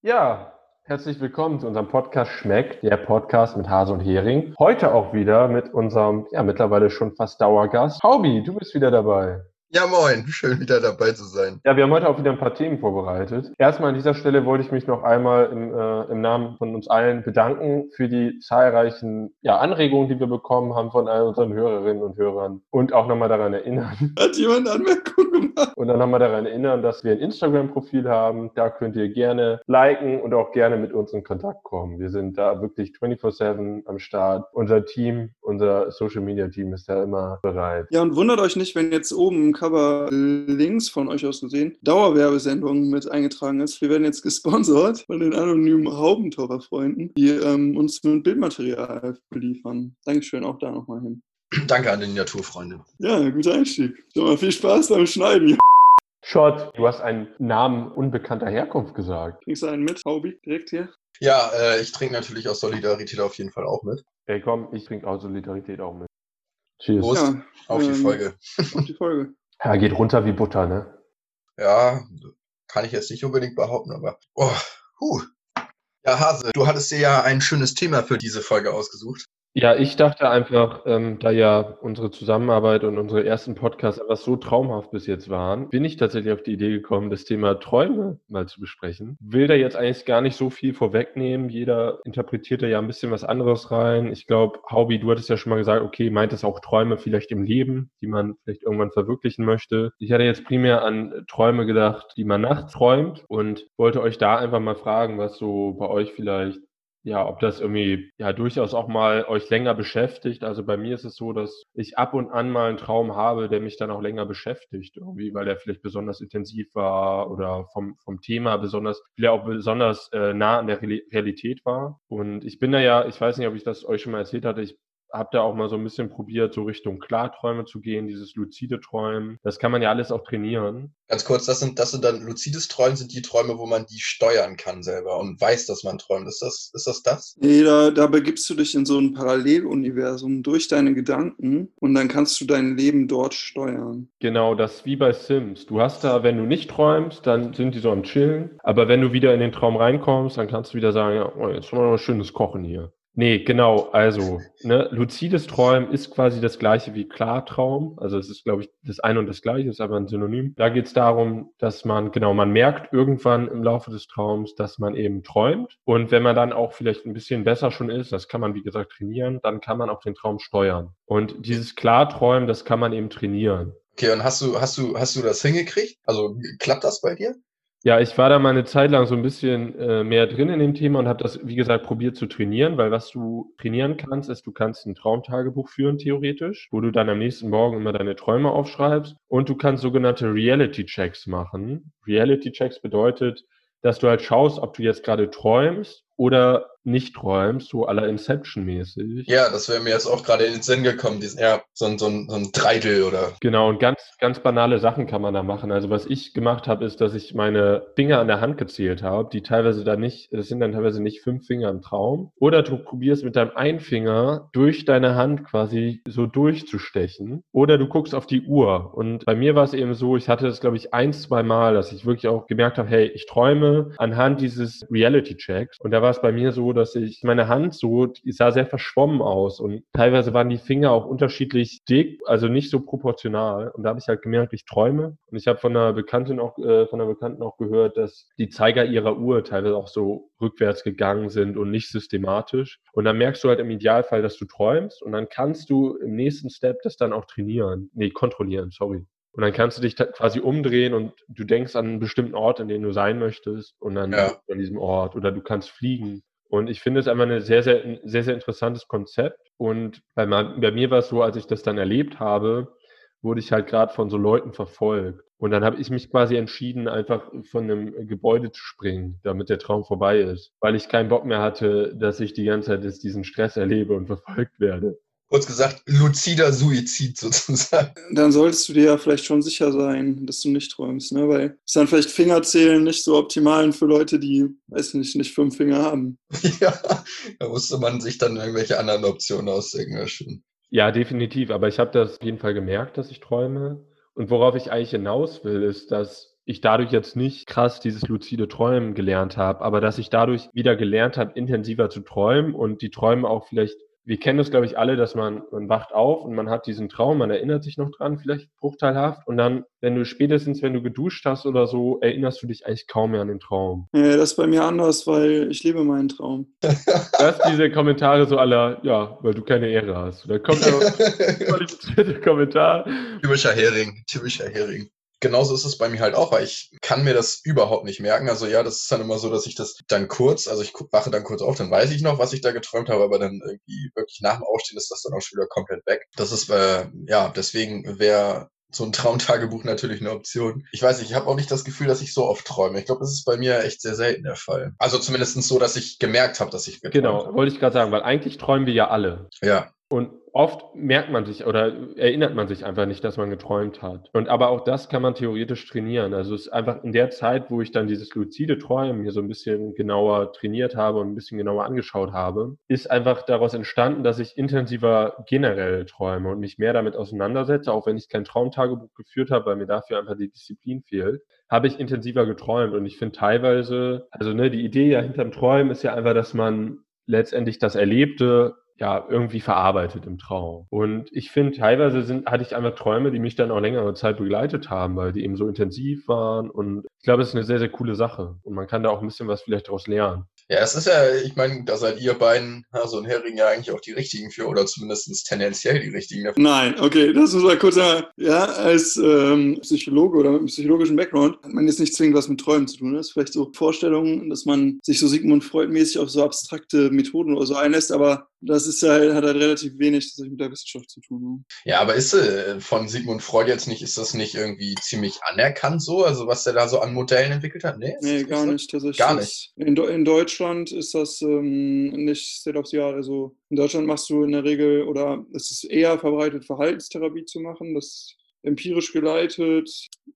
Ja, herzlich willkommen zu unserem Podcast Schmeckt, der Podcast mit Hase und Hering. Heute auch wieder mit unserem, mittlerweile schon fast Dauergast. Haubi, du bist wieder dabei. Ja, moin, schön wieder dabei zu sein. Ja, wir haben heute auch wieder ein paar Themen vorbereitet. Erstmal an dieser Stelle wollte ich mich noch einmal im Namen von uns allen bedanken für die zahlreichen Anregungen, die wir bekommen haben von all unseren Hörerinnen und Hörern. Und auch nochmal daran erinnern. Hat jemand Anmerkungen gemacht? Und dann nochmal daran erinnern, dass wir ein Instagram-Profil haben. Da könnt ihr gerne liken und auch gerne mit uns in Kontakt kommen. Wir sind da wirklich 24/7 am Start. Unser Team, unser Social-Media-Team ist da immer bereit. Ja, und wundert euch nicht, wenn jetzt oben im Cover links von euch aus gesehen Dauerwerbesendung mit eingetragen ist. Wir werden jetzt gesponsert von den anonymen Haubentaucher-Freunden, die uns mit Bildmaterial beliefern. Dankeschön auch da nochmal hin. Danke an die Naturfreunde. Ja, guter Einstieg. Schon mal viel Spaß beim Schneiden. Schott, du hast einen Namen unbekannter Herkunft gesagt. Trinkst du einen mit, Haubi, direkt hier? Ja, ich trinke natürlich aus Solidarität auf jeden Fall auch mit. Ey, komm, ich trinke aus Solidarität auch mit. Cheers. Prost auf die Folge. Auf die Folge. Ja, geht runter wie Butter, ne? Ja, kann ich jetzt nicht unbedingt behaupten, aber... Ja, Hase, du hattest dir ja ein schönes Thema für diese Folge ausgesucht. Ja, ich dachte einfach, da ja unsere Zusammenarbeit und unsere ersten Podcasts einfach so traumhaft bis jetzt waren, bin ich tatsächlich auf die Idee gekommen, das Thema Träume mal zu besprechen. Will da jetzt eigentlich gar nicht so viel vorwegnehmen. Jeder interpretiert da ja ein bisschen was anderes rein. Ich glaube, Haubi, du hattest ja schon mal gesagt, okay, meint es auch Träume vielleicht im Leben, die man vielleicht irgendwann verwirklichen möchte. Ich hatte jetzt primär an Träume gedacht, die man nachts träumt und wollte euch da einfach mal fragen, was so bei euch vielleicht ob das irgendwie durchaus auch mal euch länger beschäftigt. Also bei mir ist es so, dass ich ab und an mal einen Traum habe, der mich dann auch länger beschäftigt, irgendwie, weil der vielleicht besonders intensiv war oder vom Thema vielleicht auch besonders nah an der Realität war. Und ich bin ich weiß nicht, ob ich das euch schon mal erzählt hatte, ich habe da auch mal so ein bisschen probiert, so Richtung Klarträume zu gehen, dieses luzide Träumen. Das kann man ja alles auch trainieren. Ganz kurz, das sind dann luzides Träumen, sind die Träume, wo man die steuern kann selber und weiß, dass man träumt. Ist das? Nee, da begibst du dich in so ein Paralleluniversum durch deine Gedanken und dann kannst du dein Leben dort steuern. Genau, das ist wie bei Sims. Du hast da, wenn du nicht träumst, dann sind die so am Chillen. Aber wenn du wieder in den Traum reinkommst, dann kannst du wieder sagen, jetzt haben wir noch ein schönes Kochen hier. Nee, genau, also, luzides Träumen ist quasi das gleiche wie Klartraum. Also es ist, glaube ich, das eine und das gleiche, ist aber ein Synonym. Da geht es darum, dass man merkt irgendwann im Laufe des Traums, dass man eben träumt. Und wenn man dann auch vielleicht ein bisschen besser schon ist, das kann man, wie gesagt, trainieren, dann kann man auch den Traum steuern. Und dieses Klarträumen, das kann man eben trainieren. Okay, und hast du das hingekriegt? Also klappt das bei dir? Ja, ich war da mal eine Zeit lang so ein bisschen mehr drin in dem Thema und habe das, wie gesagt, probiert zu trainieren, weil was du trainieren kannst, ist, du kannst ein Traumtagebuch führen, theoretisch, wo du dann am nächsten Morgen immer deine Träume aufschreibst und du kannst sogenannte Reality-Checks machen. Reality-Checks bedeutet, dass du halt schaust, ob du jetzt gerade träumst oder nicht träumst, so à la Inception-mäßig. Ja, das wäre mir jetzt auch gerade in den Sinn gekommen, so ein Dreidel oder... Genau, und ganz, ganz banale Sachen kann man da machen. Also was ich gemacht habe, ist, dass ich meine Finger an der Hand gezählt habe, das sind dann teilweise nicht 5 Finger im Traum. Oder du probierst mit deinem einen Finger durch deine Hand quasi so durchzustechen. Oder du guckst auf die Uhr. Und bei mir war es eben so, ich hatte das, glaube ich, 1-2 Mal, dass ich wirklich auch gemerkt habe, hey, ich träume anhand dieses Reality-Checks. Und da war es bei mir so, dass meine Hand die sah sehr verschwommen aus und teilweise waren die Finger auch unterschiedlich dick, also nicht so proportional. Und da habe ich halt gemerkt, ich träume. Und ich habe von einer Bekannten auch gehört, dass die Zeiger ihrer Uhr teilweise auch so rückwärts gegangen sind und nicht systematisch. Und dann merkst du halt im Idealfall, dass du träumst und dann kannst du im nächsten Step das dann auch kontrollieren, sorry. Und dann kannst du dich quasi umdrehen und du denkst an einen bestimmten Ort, in dem du sein möchtest und dann bist du an diesem Ort oder du kannst fliegen. Und ich finde es einfach ein sehr, sehr, sehr interessantes Konzept. Und bei mir war es so, als ich das dann erlebt habe, wurde ich halt gerade von so Leuten verfolgt. Und dann habe ich mich quasi entschieden, einfach von einem Gebäude zu springen, damit der Traum vorbei ist. Weil ich keinen Bock mehr hatte, dass ich die ganze Zeit jetzt diesen Stress erlebe und verfolgt werde. Kurz gesagt, luzider Suizid sozusagen. Dann solltest du dir ja vielleicht schon sicher sein, dass du nicht träumst, ne? Weil es dann vielleicht Fingerzählen nicht so optimal für Leute, die, weiß nicht 5 Finger haben. Ja, da musste man sich dann irgendwelche anderen Optionen ausdenken. Ja, schon. Ja, definitiv. Aber ich habe das auf jeden Fall gemerkt, dass ich träume. Und worauf ich eigentlich hinaus will, ist, dass ich dadurch jetzt nicht krass dieses luzide Träumen gelernt habe, aber dass ich dadurch wieder gelernt habe, intensiver zu träumen und die Träume auch vielleicht, wir kennen das, glaube ich, alle, dass man wacht auf und man hat diesen Traum, man erinnert sich noch dran, vielleicht bruchteilhaft, und dann, wenn du geduscht hast oder so, erinnerst du dich eigentlich kaum mehr an den Traum. Das ist bei mir anders, weil ich lebe meinen Traum. Dass diese Kommentare so aller, ja, weil du keine Ehre hast. Da kommt einfach ein qualifizierter Kommentar. Typischer Hering. Genauso ist es bei mir halt auch, weil ich kann mir das überhaupt nicht merken. Also ja, das ist dann immer so, dass ich das dann kurz, also ich wache dann kurz auf, dann weiß ich noch, was ich da geträumt habe, aber dann irgendwie wirklich nach dem Aufstehen ist das dann auch schon wieder komplett weg. Das ist, deswegen wäre so ein Traumtagebuch natürlich eine Option. Ich weiß nicht, ich habe auch nicht das Gefühl, dass ich so oft träume. Ich glaube, das ist bei mir echt sehr selten der Fall. Also zumindest so, dass ich gemerkt habe, dass ich geträumt habe. Genau, wollte ich gerade sagen, weil eigentlich träumen wir ja alle. Ja. Und oft merkt man sich oder erinnert man sich einfach nicht, dass man geträumt hat. Und aber auch das kann man theoretisch trainieren. Also es ist einfach in der Zeit, wo ich dann dieses luzide Träumen hier so ein bisschen genauer trainiert habe und ein bisschen genauer angeschaut habe, ist einfach daraus entstanden, dass ich intensiver generell träume und mich mehr damit auseinandersetze, auch wenn ich kein Traumtagebuch geführt habe, weil mir dafür einfach die Disziplin fehlt, habe ich intensiver geträumt. Und ich finde teilweise, also die Idee ja hinterm Träumen ist ja einfach, dass man letztendlich das Erlebte ja irgendwie verarbeitet im Traum. Und ich finde, teilweise hatte ich einfach Träume, die mich dann auch längere Zeit begleitet haben, weil die eben so intensiv waren. Und ich glaube, es ist eine sehr, sehr coole Sache. Und man kann da auch ein bisschen was vielleicht daraus lernen. Ja, es ist ja, ich meine, da seid ihr beiden, Hase und Hering, ja eigentlich auch die Richtigen für, oder zumindest tendenziell die Richtigen dafür. Nein, okay, das muss mal kurz sagen. Ja, als Psychologe oder mit einem psychologischen Background hat man jetzt nicht zwingend was mit Träumen zu tun. Das ist vielleicht so Vorstellungen, dass man sich so Sigmund Freud-mäßig auf so abstrakte Methoden oder so einlässt, aber das ist halt, hat halt relativ wenig mit der Wissenschaft zu tun. Ne? Ja, aber ist von Sigmund Freud jetzt nicht, ist das nicht irgendwie ziemlich anerkannt so? Also was der da so an Modellen entwickelt hat? Nee, gar so? Nicht. Tatsächlich gar nicht. In Deutschland ist das nicht State of the Art. Also in Deutschland machst du in der Regel, oder es ist eher verbreitet, Verhaltenstherapie zu machen. Das ist empirisch geleitet,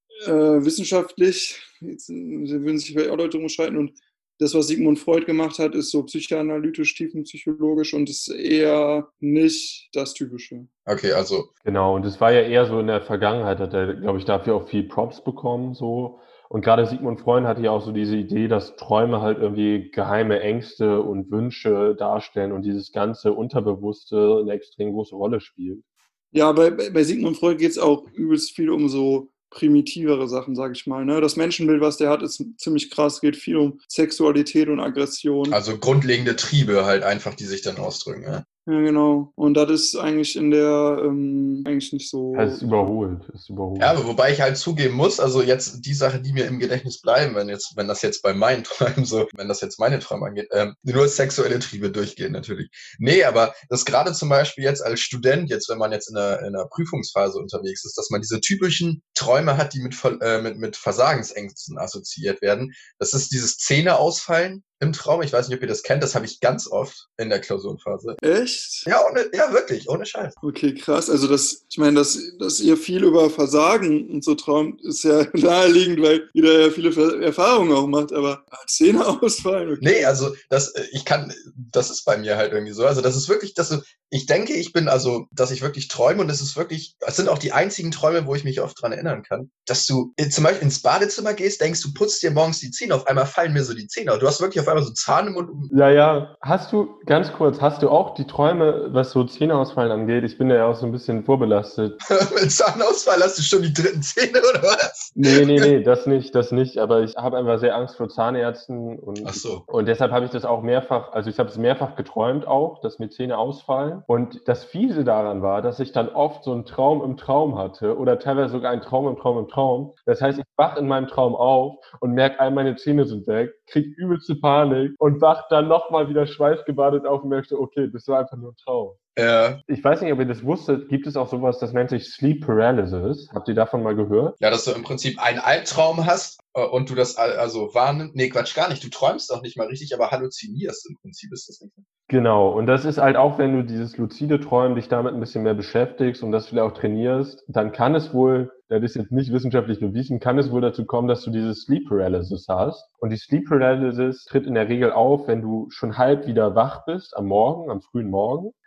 wissenschaftlich. Jetzt würden sich vielleicht auch Leute umschalten. Und das, was Sigmund Freud gemacht hat, ist so psychoanalytisch, tiefenpsychologisch und ist eher nicht das Typische. Okay, also. Genau, und es war ja eher so in der Vergangenheit, hat er, glaube ich, dafür auch viel Props bekommen, so. Und gerade Sigmund Freud hatte ja auch so diese Idee, dass Träume halt irgendwie geheime Ängste und Wünsche darstellen und dieses ganze Unterbewusste eine extrem große Rolle spielt. Ja, bei Sigmund Freud geht es auch übelst viel um so primitivere Sachen, sage ich mal. Ne? Das Menschenbild, was der hat, ist ziemlich krass. Geht viel um Sexualität und Aggression. Also grundlegende Triebe halt einfach, die sich dann ausdrücken. Ja, ja genau. Und das ist eigentlich in der eigentlich nicht so. Das ist überholt. Ja, aber wobei ich halt zugeben muss, also jetzt die Sache, die mir im Gedächtnis bleiben, wenn das jetzt bei meinen Träumen so, wenn das jetzt meine Träume angeht, nur sexuelle Triebe durchgehen natürlich. Nee, aber das gerade zum Beispiel jetzt als Student, jetzt wenn man jetzt in einer Prüfungsphase unterwegs ist, dass man diese typischen Träume hat, die mit Versagensängsten assoziiert werden. Das ist dieses Zähneausfallen im Traum. Ich weiß nicht, ob ihr das kennt, das habe ich ganz oft in der Klausurenphase. Echt? Ja, wirklich, ohne Scheiß. Okay, krass. Also ich meine, dass ihr viel über Versagen und so träumt, ist ja naheliegend, weil jeder ja viele Erfahrungen auch macht, aber Zähne ausfallen. Okay. Nee, also das ist bei mir halt irgendwie so. Also das ist wirklich, ich denke, dass ich wirklich träume, und es sind auch die einzigen Träume, wo ich mich oft dran erinnern kann, dass du zum Beispiel ins Badezimmer gehst, denkst, du putzt dir morgens die Zähne, auf einmal fallen mir so die Zähne, du hast wirklich auf einmal so Zahn im Mund. Ja, hast du auch die Träume, was so Zähneausfallen angeht? Ich bin ja auch so ein bisschen vorbelastet. Mit Zahnausfall hast du schon die dritten Zähne, oder was? Nee, das nicht, aber ich habe einfach sehr Angst vor Zahnärzten Ach so. Und deshalb habe ich das auch ich habe es mehrfach geträumt auch, dass mir Zähne ausfallen. Und das Fiese daran war, dass ich dann oft so einen Traum im Traum hatte oder teilweise sogar einen Traum im Traum im Traum. Das heißt, ich wach in meinem Traum auf und merke, meine Zähne sind weg, krieg übelste Panik und wach dann nochmal wieder schweißgebadet auf und merkte, okay, das war einfach nur ein Traum. Ja. Ich weiß nicht, ob ihr das wusstet, gibt es auch sowas, das nennt sich Sleep Paralysis. Habt ihr davon mal gehört? Ja, dass du im Prinzip einen Albtraum hast und du das also wahrnimmst. Nee, Quatsch, gar nicht. Du träumst auch nicht mal richtig, aber halluzinierst im Prinzip, ist das nicht? Genau, und das ist halt auch, wenn du dieses luzide Träumen dich damit ein bisschen mehr beschäftigst und das vielleicht auch trainierst, dann kann es wohl, das ist jetzt nicht wissenschaftlich bewiesen, kann es wohl dazu kommen, dass du dieses Sleep Paralysis hast. Und die Sleep Paralysis tritt in der Regel auf, wenn du schon halb wieder wach bist am frühen Morgen,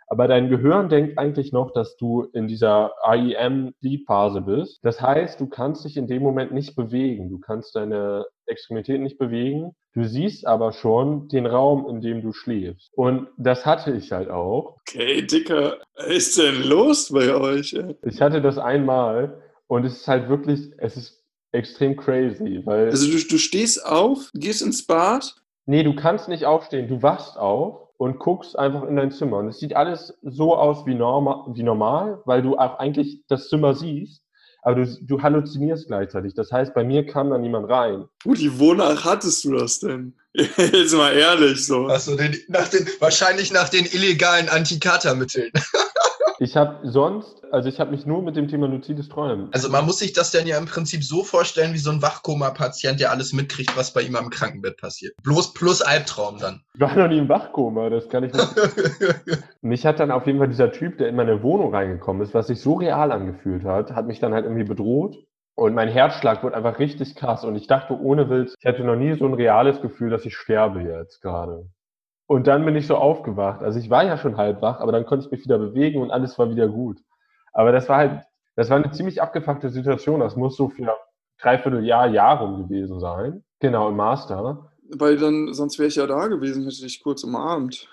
Aber dein Gehirn denkt eigentlich noch, dass du in dieser REM-Sleep-Phase bist. Das heißt, du kannst dich in dem Moment nicht bewegen. Du kannst deine Extremitäten nicht bewegen. Du siehst aber schon den Raum, in dem du schläfst. Und das hatte ich halt auch. Okay, Dicker, was ist denn los bei euch? Ey? Ich hatte das einmal und es ist halt wirklich, es ist extrem crazy, weil... Also du stehst auf, gehst ins Bad. Nee, du kannst nicht aufstehen. Du wachst auf und guckst einfach in dein Zimmer. Und es sieht alles so aus wie normal, weil du auch eigentlich das Zimmer siehst, aber du halluzinierst gleichzeitig. Das heißt, bei mir kam da niemand rein. Wie wonach hattest du das denn? Jetzt mal ehrlich so. Also wahrscheinlich nach den illegalen Antikatermitteln. Ich habe mich nur mit dem Thema luzides Träumen. Also man muss sich das dann ja im Prinzip so vorstellen, wie so ein Wachkoma-Patient, der alles mitkriegt, was bei ihm am Krankenbett passiert. Bloß plus Albtraum dann. Ich war noch nie im Wachkoma, das kann ich nicht. Mich hat dann auf jeden Fall dieser Typ, der in meine Wohnung reingekommen ist, was sich so real angefühlt hat mich dann halt irgendwie bedroht. Und mein Herzschlag wurde einfach richtig krass. Und ich dachte, ohne Witz, ich hatte noch nie so ein reales Gefühl, dass ich sterbe jetzt gerade. Und dann bin ich so aufgewacht. Also ich war ja schon halb wach, aber dann konnte ich mich wieder bewegen und alles war wieder gut. Aber das war eine ziemlich abgefuckte Situation. Das muss so für 3/4 Jahr rum gewesen sein. Genau, im Master. Weil sonst wäre ich ja da gewesen, hätte ich kurz umarmt.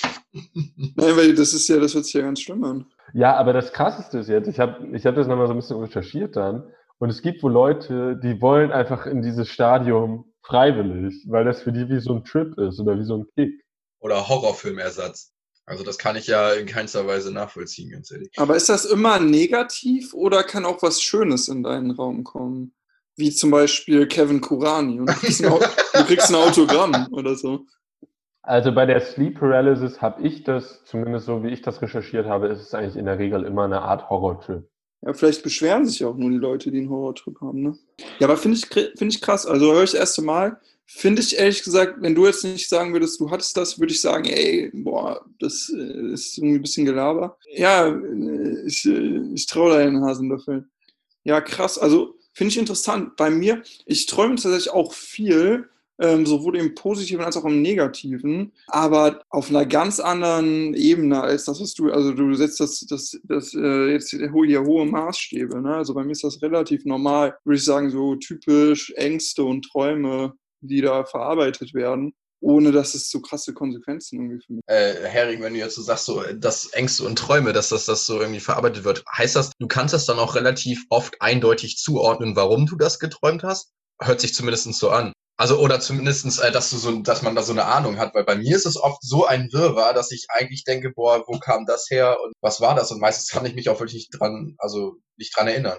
Nein, weil das hört sich ja ganz schlimm an. Ja, aber das Krasseste ist jetzt, ich hab das nochmal so ein bisschen recherchiert dann. Und es gibt wohl Leute, die wollen einfach in dieses Stadium freiwillig, weil das für die wie so ein Trip ist oder wie so ein Kick. Oder Horrorfilmersatz. Also das kann ich ja in keinster Weise nachvollziehen, ganz ehrlich. Aber ist das immer negativ oder kann auch was Schönes in deinen Raum kommen? Wie zum Beispiel Kevin Kurani und du kriegst ein Autogramm oder so. Also bei der Sleep Paralysis habe ich das, zumindest so wie ich das recherchiert habe, ist es eigentlich in der Regel immer eine Art Horrortrip. Ja, vielleicht beschweren sich ja auch nur die Leute, die einen Horrortrip haben, ne? Ja, aber finde ich krass. Also höre ich das erste Mal. Finde ich ehrlich gesagt, wenn du jetzt nicht sagen würdest, du hattest das, würde ich sagen, ey, boah, das ist irgendwie ein bisschen Gelaber. Ja, ich traue deinen Hasen dafür. Ja, krass. Also finde ich interessant. Bei mir, ich träume tatsächlich auch viel, sowohl im Positiven als auch im Negativen, aber auf einer ganz anderen Ebene als das, was also du setzt das jetzt hier hohe Maßstäbe, ne? Also bei mir ist das relativ normal, würde ich sagen, so typisch Ängste und Träume, die da verarbeitet werden, ohne dass es so krasse Konsequenzen irgendwie für mich. Hering, wenn du jetzt so sagst, so, dass Ängste und Träume, dass das so irgendwie verarbeitet wird, heißt das, du kannst das dann auch relativ oft eindeutig zuordnen, warum du das geträumt hast? Hört sich zumindest so an. Also, oder zumindestens, dass man da so eine Ahnung hat, weil bei mir ist es oft so ein Wirrwarr, dass ich eigentlich denke, boah, wo kam das her und was war das? Und meistens kann ich mich auch wirklich nicht dran erinnern.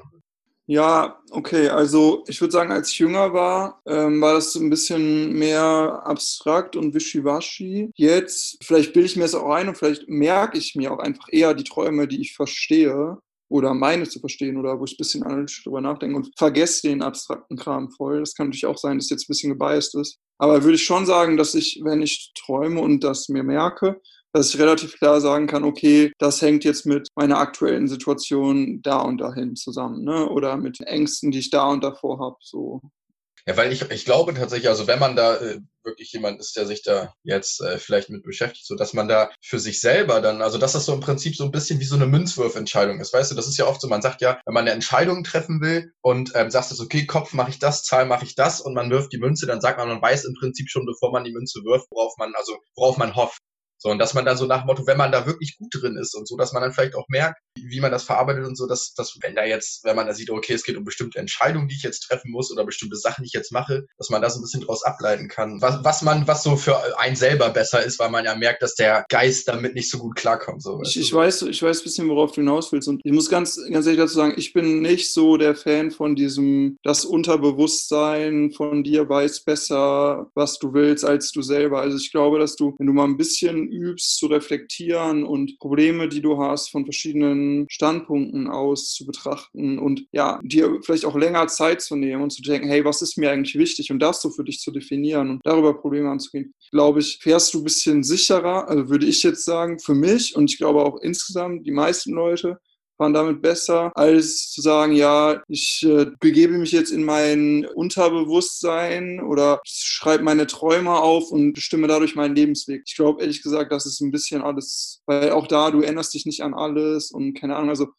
Ja, okay, also ich würde sagen, als ich jünger war, war das so ein bisschen mehr abstrakt und wischiwaschi. Jetzt, vielleicht bilde ich mir das auch ein und vielleicht merke ich mir auch einfach eher die Träume, die ich verstehe oder meine zu verstehen oder wo ich ein bisschen analytisch drüber nachdenke und vergesse den abstrakten Kram voll. Das kann natürlich auch sein, dass jetzt ein bisschen gebiased ist. Aber würde ich schon sagen, dass ich, wenn ich träume und das mir merke, dass ich relativ klar sagen kann, okay, das hängt jetzt mit meiner aktuellen Situation da und dahin zusammen, ne? Oder mit Ängsten, die ich da und davor habe. So. Ja, weil ich glaube tatsächlich, also wenn man da wirklich jemand ist, der sich da jetzt vielleicht mit beschäftigt, so dass man da für sich selber dann, also dass das so im Prinzip so ein bisschen wie so eine Münzwurfentscheidung ist, weißt du, das ist ja oft so, man sagt ja, wenn man eine Entscheidung treffen will und sagt es, okay, Kopf mache ich das, Zahl mache ich das und man wirft die Münze, dann sagt man weiß im Prinzip schon, bevor man die Münze wirft, worauf man hofft. So, und dass man dann so nach dem Motto, wenn man da wirklich gut drin ist und so, dass man dann vielleicht auch merkt, wie man das verarbeitet und so, dass wenn man da sieht, okay, es geht um bestimmte Entscheidungen, die ich jetzt treffen muss oder bestimmte Sachen, die ich jetzt mache, dass man da so ein bisschen draus ableiten kann, was so für einen selber besser ist, weil man ja merkt, dass der Geist damit nicht so gut klarkommt. So, ich weiß ein bisschen, worauf du hinaus willst. Und ich muss ganz ehrlich dazu sagen, ich bin nicht so der Fan von diesem, das Unterbewusstsein von dir weiß besser, was du willst, als du selber. Also ich glaube, dass du, wenn du mal ein bisschen übst, zu reflektieren und Probleme, die du hast, von verschiedenen Standpunkten aus zu betrachten und ja, dir vielleicht auch länger Zeit zu nehmen und zu denken, hey, was ist mir eigentlich wichtig und das so für dich zu definieren und darüber Probleme anzugehen, glaube ich, fährst du ein bisschen sicherer, also würde ich jetzt sagen, für mich und ich glaube auch insgesamt die meisten Leute, fahren damit besser, als zu sagen, ja, ich begebe mich jetzt in mein Unterbewusstsein oder schreibe meine Träume auf und bestimme dadurch meinen Lebensweg. Ich glaube, ehrlich gesagt, das ist ein bisschen alles, weil auch da, du erinnerst dich nicht an alles und keine Ahnung, also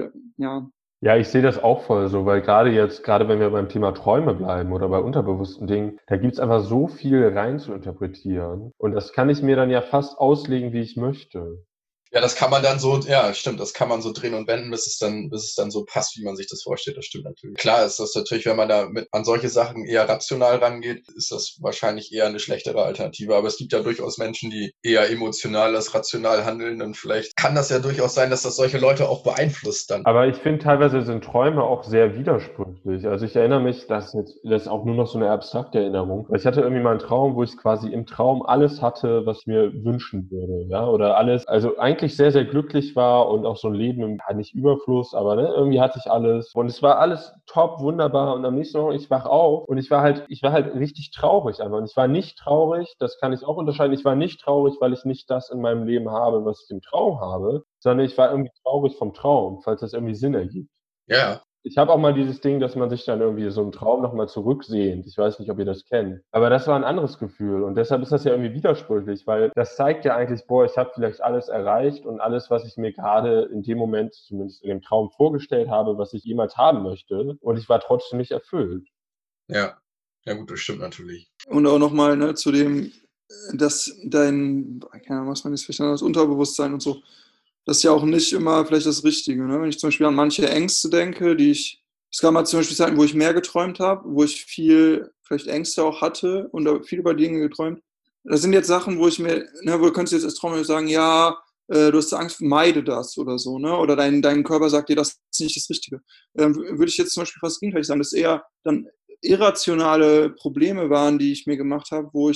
ja. Ja, ich sehe das auch voll so, weil gerade wenn wir beim Thema Träume bleiben oder bei unterbewussten Dingen, da gibt's einfach so viel rein zu interpretieren. Und das kann ich mir dann ja fast auslegen, wie ich möchte. Ja, das kann man dann so, ja, stimmt, das kann man so drehen und wenden, bis es dann so passt, wie man sich das vorstellt. Das stimmt natürlich. Klar ist das natürlich, wenn man da an solche Sachen eher rational rangeht, ist das wahrscheinlich eher eine schlechtere Alternative. Aber es gibt ja durchaus Menschen, die eher emotional als rational handeln, und vielleicht kann das ja durchaus sein, dass das solche Leute auch beeinflusst dann. Aber ich finde, teilweise sind Träume auch sehr widersprüchlich. Also ich erinnere mich, das ist auch nur noch so eine abstrakte Erinnerung. Weil ich hatte irgendwie mal einen Traum, wo ich quasi im Traum alles hatte, was ich mir wünschen würde, ja, oder alles, also eigentlich sehr, sehr glücklich war und auch so ein Leben im, ja, nicht Überfluss, aber ne, irgendwie hatte ich alles. Und es war alles top, wunderbar. Und am nächsten Morgen, ich wach auf und ich war halt richtig traurig einfach. Und ich war nicht traurig, das kann ich auch unterscheiden, ich war nicht traurig, weil ich nicht das in meinem Leben habe, was ich im Traum habe, sondern ich war irgendwie traurig vom Traum, falls das irgendwie Sinn ergibt. Ja. Ich habe auch mal dieses Ding, dass man sich dann irgendwie so im Traum noch mal zurücksehnt. Ich weiß nicht, ob ihr das kennt. Aber das war ein anderes Gefühl. Und deshalb ist das ja irgendwie widersprüchlich, weil das zeigt ja eigentlich, boah, ich habe vielleicht alles erreicht und alles, was ich mir gerade in dem Moment, zumindest in dem Traum vorgestellt habe, was ich jemals haben möchte. Und ich war trotzdem nicht erfüllt. Ja. Ja gut, das stimmt natürlich. Und auch nochmal, ne, zu dem, dass dein, keine Ahnung, was man jetzt verstanden hat, das Unterbewusstsein und so, das ist ja auch nicht immer vielleicht das Richtige. Ne? Wenn ich zum Beispiel an manche Ängste denke, es gab mal zum Beispiel Zeiten, wo ich mehr geträumt habe, wo ich viel, vielleicht Ängste auch hatte und viel über Dinge geträumt. Das sind jetzt Sachen, wo ich mir, ne, wo du könntest jetzt als Traum sagen, ja, du hast Angst, meide das oder so, ne? Oder dein Körper sagt dir, das ist nicht das Richtige. Würde ich jetzt zum Beispiel fast gegenteilig sagen, dass eher dann irrationale Probleme waren, die ich mir gemacht habe, wo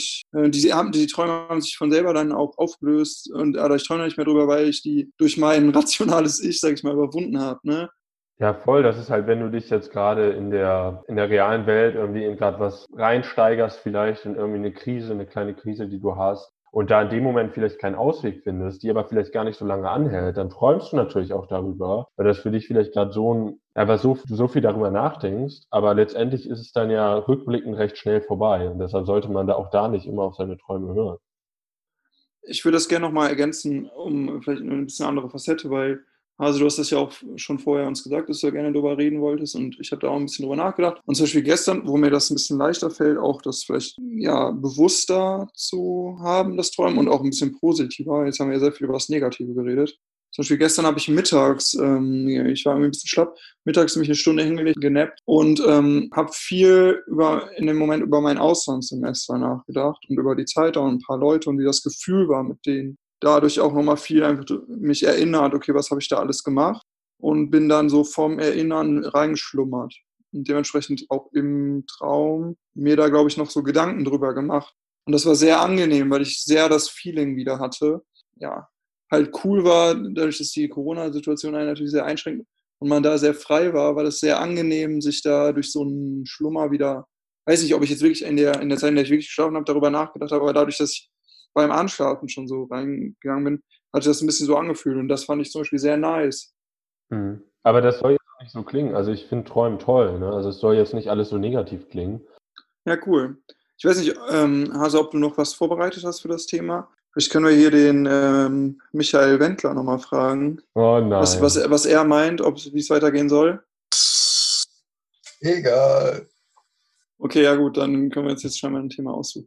die Träume haben sich von selber dann auch aufgelöst und ich träume nicht mehr drüber, weil ich die durch mein rationales Ich, sag ich mal, überwunden habe, ne? Ja, voll. Das ist halt, wenn du dich jetzt gerade in der realen Welt irgendwie in gerade was reinsteigerst, vielleicht in irgendwie eine Krise, eine kleine Krise, die du hast, und da in dem Moment vielleicht keinen Ausweg findest, die aber vielleicht gar nicht so lange anhält, dann träumst du natürlich auch darüber, weil das für dich vielleicht gerade einfach so viel darüber nachdenkst, aber letztendlich ist es dann ja rückblickend recht schnell vorbei und deshalb sollte man da auch da nicht immer auf seine Träume hören. Ich würde das gerne nochmal ergänzen, um vielleicht eine bisschen andere Facette, weil, also du hast das ja auch schon vorher uns gesagt, dass du ja gerne darüber reden wolltest und ich habe da auch ein bisschen drüber nachgedacht. Und zum Beispiel gestern, wo mir das ein bisschen leichter fällt, auch das vielleicht ja bewusster zu haben, das Träumen und auch ein bisschen positiver. Jetzt haben wir ja sehr viel über das Negative geredet. Zum Beispiel gestern habe ich mittags, ich war irgendwie ein bisschen schlapp, mittags mich eine Stunde hingelegt, genappt und habe viel in dem Moment über mein Auslandssemester nachgedacht und über die Zeit und ein paar Leute und wie das Gefühl war mit denen. Dadurch auch nochmal viel einfach mich erinnert, okay, was habe ich da alles gemacht, und bin dann so vom Erinnern reingeschlummert und dementsprechend auch im Traum mir da, glaube ich, noch so Gedanken drüber gemacht. Und das war sehr angenehm, weil ich sehr das Feeling wieder hatte. Ja, halt cool war, dadurch, dass die Corona-Situation einen natürlich sehr einschränkt und man da sehr frei war das sehr angenehm, sich da durch so einen Schlummer wieder, weiß nicht, ob ich jetzt wirklich in der Zeit, in der ich wirklich geschlafen habe, darüber nachgedacht habe, aber dadurch, dass ich beim Anschlafen schon so reingegangen bin, hat sich das ein bisschen so angefühlt und das fand ich zum Beispiel sehr nice. Mhm. Aber das soll jetzt auch nicht so klingen. Also ich finde Träumen toll, ne? Also es soll jetzt nicht alles so negativ klingen. Ja, cool. Ich weiß nicht, Hase, ob du noch was vorbereitet hast für das Thema? Vielleicht können wir hier den Michael Wendler nochmal fragen, Oh nein. was er meint, wie es weitergehen soll. Egal. Okay, ja gut, dann können wir uns jetzt schon mal ein Thema aussuchen.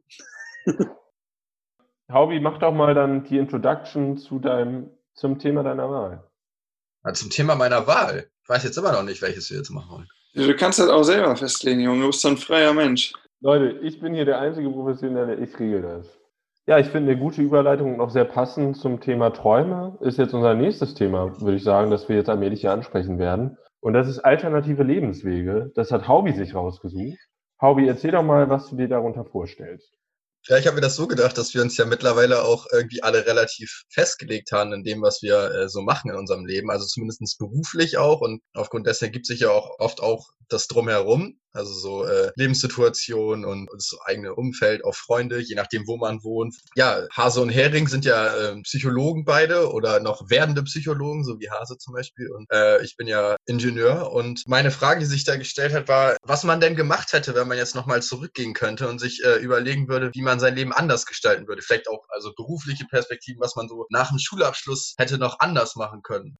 Haubi, mach doch mal dann die Introduction zum Thema deiner Wahl. Ja, zum Thema meiner Wahl. Ich weiß jetzt immer noch nicht, welches wir jetzt machen wollen. Ja, du kannst das auch selber festlegen, Junge. Du bist doch ein freier Mensch. Leute, ich bin hier der einzige Professionelle, ich regel das. Ja, ich finde eine gute Überleitung und auch sehr passend zum Thema Träume ist jetzt unser nächstes Thema, würde ich sagen, das wir jetzt allmählich hier ansprechen werden. Und das ist alternative Lebenswege. Das hat Haubi sich rausgesucht. Haubi, erzähl doch mal, was du dir darunter vorstellst. Ja, ich habe mir das so gedacht, dass wir uns ja mittlerweile auch irgendwie alle relativ festgelegt haben in dem, was wir so machen in unserem Leben, also zumindest beruflich auch, und aufgrund dessen ergibt sich ja auch oft auch das Drumherum. Also so Lebenssituation und das eigene Umfeld, auch Freunde, je nachdem, wo man wohnt. Ja, Hase und Hering sind ja Psychologen beide oder noch werdende Psychologen, so wie Hase zum Beispiel. Und ich bin ja Ingenieur. Und meine Frage, die sich da gestellt hat, war, was man denn gemacht hätte, wenn man jetzt nochmal zurückgehen könnte und sich überlegen würde, wie man sein Leben anders gestalten würde. Vielleicht auch also berufliche Perspektiven, was man so nach dem Schulabschluss hätte noch anders machen können.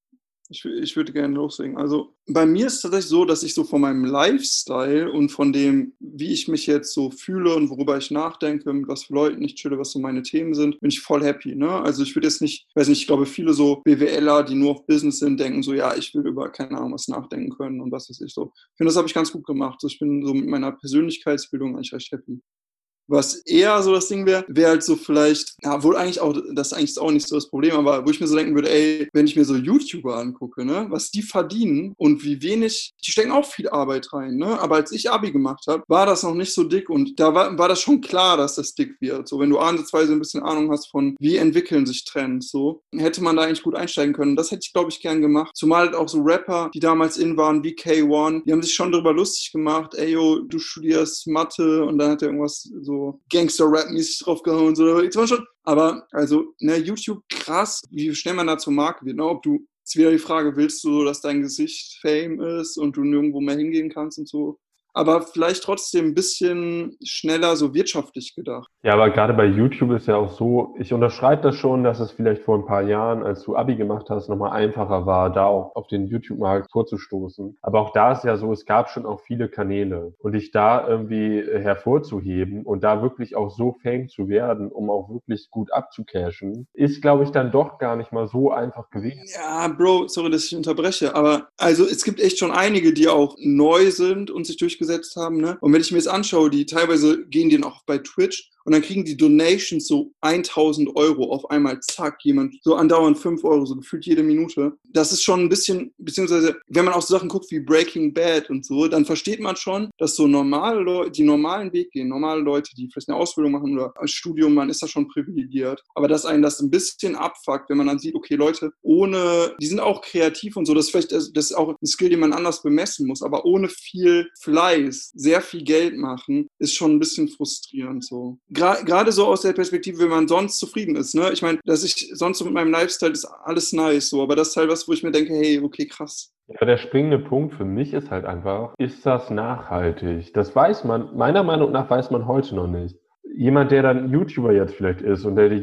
Ich würde gerne loslegen. Also bei mir ist es tatsächlich so, dass ich so von meinem Lifestyle und von dem, wie ich mich jetzt so fühle und worüber ich nachdenke, mit was für Leuten ich chille, was so meine Themen sind, bin ich voll happy. Ne? Also ich würde jetzt nicht, weiß nicht, ich glaube viele so BWLer, die nur auf Business sind, denken so, ja, ich will über keine Ahnung was nachdenken können und was weiß ich so. Ich finde, das habe ich ganz gut gemacht. So, ich bin so mit meiner Persönlichkeitsbildung eigentlich recht happy. Was eher so das Ding wäre halt so vielleicht, ja, wohl eigentlich auch, das ist eigentlich auch nicht so das Problem, aber wo ich mir so denken würde, ey, wenn ich mir so YouTuber angucke, ne, was die verdienen und wie wenig, die stecken auch viel Arbeit rein, ne, aber als ich Abi gemacht habe, war das noch nicht so dick und da war das schon klar, dass das dick wird, so, wenn du ansatzweise ein bisschen Ahnung hast von, wie entwickeln sich Trends, so, hätte man da eigentlich gut einsteigen können. Das hätte ich, glaube ich, gern gemacht, zumal halt auch so Rapper, die damals in waren, wie K1, die haben sich schon darüber lustig gemacht, ey, yo, du studierst Mathe und dann hat er irgendwas so Gangster-Rap-mäßig draufgehauen und so. Jetzt war schon, aber also, ne, YouTube, krass, wie schnell man da zur Marke wird. Ne? Ob du, ist wieder die Frage, willst du, dass dein Gesicht Fame ist und du nirgendwo mehr hingehen kannst und so. Aber vielleicht trotzdem ein bisschen schneller so wirtschaftlich gedacht. Ja, aber gerade bei YouTube ist ja auch so, ich unterschreibe das schon, dass es vielleicht vor ein paar Jahren, als du Abi gemacht hast, nochmal einfacher war, da auch auf den YouTube-Markt vorzustoßen. Aber auch da ist ja so, es gab schon auch viele Kanäle. Und dich da irgendwie hervorzuheben und da wirklich auch so Fame zu werden, um auch wirklich gut abzucashen, ist, glaube ich, dann doch gar nicht mal so einfach gewesen. Ja, Bro, sorry, dass ich unterbreche, aber also es gibt echt schon einige, die auch neu sind und sich durchgesetzt haben, ne? Und wenn ich mir das anschaue, die teilweise gehen die auch bei Twitch und dann kriegen die Donations so 1.000 Euro auf einmal, zack, jemand, so andauernd 5 Euro, so gefühlt jede Minute. Das ist schon ein bisschen, beziehungsweise, wenn man auch so Sachen guckt wie Breaking Bad und so, dann versteht man schon, dass so normale Leute, die normalen Weg gehen, normale Leute, die vielleicht eine Ausbildung machen oder ein Studium, man ist da schon privilegiert. Aber dass einen das ein bisschen abfuckt, wenn man dann sieht, okay, Leute, ohne, die sind auch kreativ und so, das ist vielleicht, das ist auch ein Skill, den man anders bemessen muss, aber ohne viel Fleiß, sehr viel Geld machen, ist schon ein bisschen frustrierend so. Gerade so aus der Perspektive, wenn man sonst zufrieden ist, ne? Ich meine, dass ich sonst so mit meinem Lifestyle ist alles nice, so, aber das ist halt was, wo ich mir denke, hey, okay, krass. Ja, der springende Punkt für mich ist halt einfach, ist das nachhaltig? Das weiß man, meiner Meinung nach weiß man heute noch nicht. Jemand, der dann YouTuber jetzt vielleicht ist und der die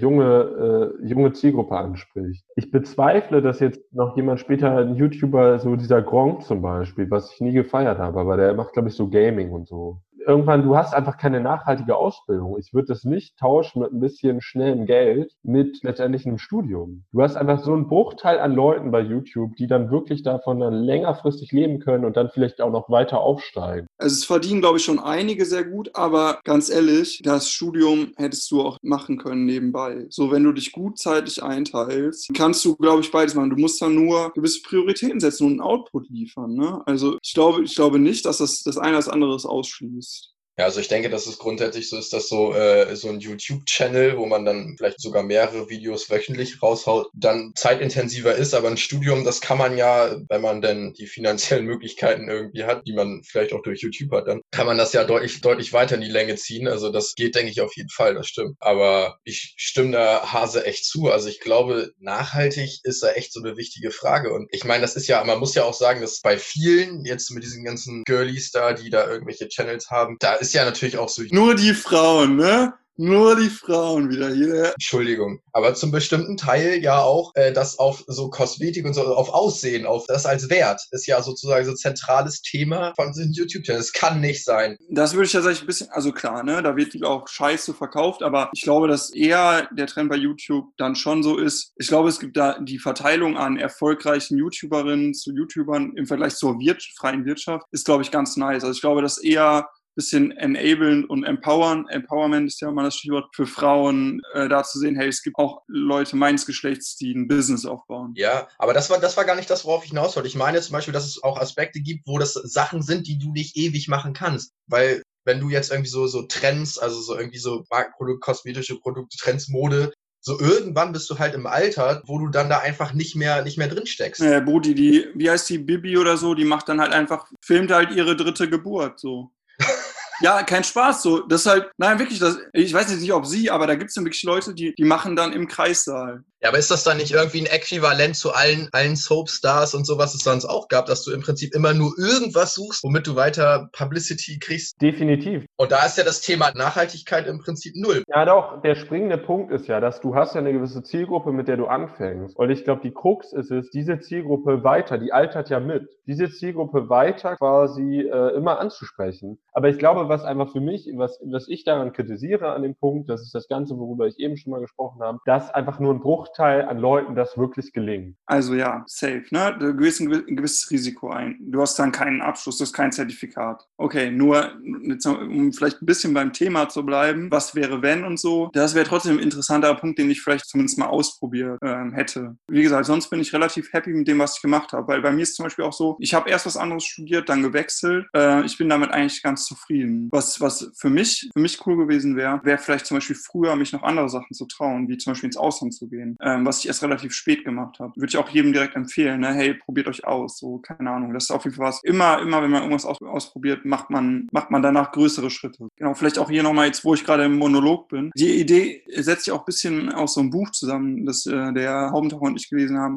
junge Zielgruppe anspricht. Ich bezweifle, dass jetzt noch jemand später ein YouTuber, so dieser Gronkh zum Beispiel, was ich nie gefeiert habe, aber der macht, glaube ich, so Gaming und so. Irgendwann, du hast einfach keine nachhaltige Ausbildung. Ich würde das nicht tauschen mit ein bisschen schnellem Geld mit letztendlich einem Studium. Du hast einfach so einen Bruchteil an Leuten bei YouTube, die dann wirklich davon dann längerfristig leben können und dann vielleicht auch noch weiter aufsteigen. Also es verdienen, glaube ich, schon einige sehr gut, aber ganz ehrlich, das Studium hättest du auch machen können nebenbei. So, wenn du dich gut zeitlich einteilst, kannst du, glaube ich, beides machen. Du musst dann nur gewisse Prioritäten setzen und einen Output liefern. Ne? Also ich glaube nicht, dass das eine das andere ausschließt. Ja, also ich denke, dass es grundsätzlich so ist, dass so ein YouTube-Channel, wo man dann vielleicht sogar mehrere Videos wöchentlich raushaut, dann zeitintensiver ist, aber ein Studium, das kann man ja, wenn man denn die finanziellen Möglichkeiten irgendwie hat, die man vielleicht auch durch YouTube hat, dann kann man das ja deutlich weiter in die Länge ziehen. Also das geht, denke ich, auf jeden Fall, das stimmt. Aber ich stimme da Hase echt zu. Also ich glaube, nachhaltig ist da echt so eine wichtige Frage. Und ich meine, das ist ja, man muss ja auch sagen, dass bei vielen jetzt mit diesen ganzen Girlies da, die da irgendwelche Channels haben, da ist ja natürlich auch so. Nur die Frauen, ne? Nur die Frauen wieder hier. Entschuldigung. Aber zum bestimmten Teil ja auch das auf so Kosmetik und so, auf Aussehen, auf das als Wert, ist ja sozusagen so ein zentrales Thema von diesem YouTube-Channel. Das kann nicht sein. Das würde ich tatsächlich ein bisschen, also klar, ne, da wird viel auch Scheiße verkauft, aber ich glaube, dass eher der Trend bei YouTube dann schon so ist. Ich glaube, es gibt da die Verteilung an erfolgreichen YouTuberinnen zu YouTubern im Vergleich zur freien Wirtschaft, ist, glaube ich, ganz nice. Also ich glaube, dass eher bisschen enablen und empowern. Empowerment ist ja mal das Stichwort für Frauen, da zu sehen, hey, es gibt auch Leute meines Geschlechts, die ein Business aufbauen. Ja, aber das war gar nicht das, worauf ich hinaus wollte. Ich meine zum Beispiel, dass es auch Aspekte gibt, wo das Sachen sind, die du nicht ewig machen kannst. Weil wenn du jetzt irgendwie so Trends, also so irgendwie so Markenprodukte, kosmetische Produkte, Trends, Mode, So irgendwann bist du halt im Alter, wo du dann da einfach nicht mehr drin steckst. Brudi, wie heißt die, Bibi oder so, die macht dann halt einfach, filmt halt ihre 3. Geburt, so. Ja, kein Spaß, so. Das ist halt, nein, wirklich, ich weiß jetzt nicht, ob sie, aber da gibt es dann wirklich Leute, die machen dann im Kreissaal. Ja, aber ist das dann nicht irgendwie ein Äquivalent zu allen Soapstars und so, was es sonst auch gab, dass du im Prinzip immer nur irgendwas suchst, womit du weiter Publicity kriegst? Definitiv. Und da ist ja das Thema Nachhaltigkeit im Prinzip null. Ja, doch, der springende Punkt ist ja, dass du hast ja eine gewisse Zielgruppe, mit der du anfängst. Und ich glaube, die Krux ist es, diese Zielgruppe weiter, die altert ja mit, diese Zielgruppe weiter quasi immer anzusprechen. Aber ich glaube, was einfach für mich, was ich daran kritisiere an dem Punkt, das ist das Ganze, worüber ich eben schon mal gesprochen habe, dass einfach nur ein Bruchteil an Leuten das wirklich gelingt. Also ja, safe, ne? Du gehst ein gewisses Risiko ein. Du hast dann keinen Abschluss, du hast kein Zertifikat. Okay, nur, um vielleicht ein bisschen beim Thema zu bleiben, was wäre wenn und so, das wäre trotzdem ein interessanter Punkt, den ich vielleicht zumindest mal ausprobiert hätte. Wie gesagt, sonst bin ich relativ happy mit dem, was ich gemacht habe, weil bei mir ist zum Beispiel auch so, ich habe erst was anderes studiert, dann gewechselt. Ich bin damit eigentlich ganz zufrieden. Was für mich cool gewesen wäre vielleicht zum Beispiel früher, mich noch andere Sachen zu trauen, wie zum Beispiel ins Ausland zu gehen, was ich erst relativ spät gemacht habe. Würde ich auch jedem direkt empfehlen, ne? Hey, probiert euch aus, so, keine Ahnung. Das ist auf jeden Fall was. Immer, wenn man irgendwas ausprobiert, macht man danach größere Schritte. Genau, vielleicht auch hier nochmal jetzt, wo ich gerade im Monolog bin. Die Idee setzt sich auch ein bisschen aus so einem Buch zusammen, das der Haubentaucher und ich gelesen haben.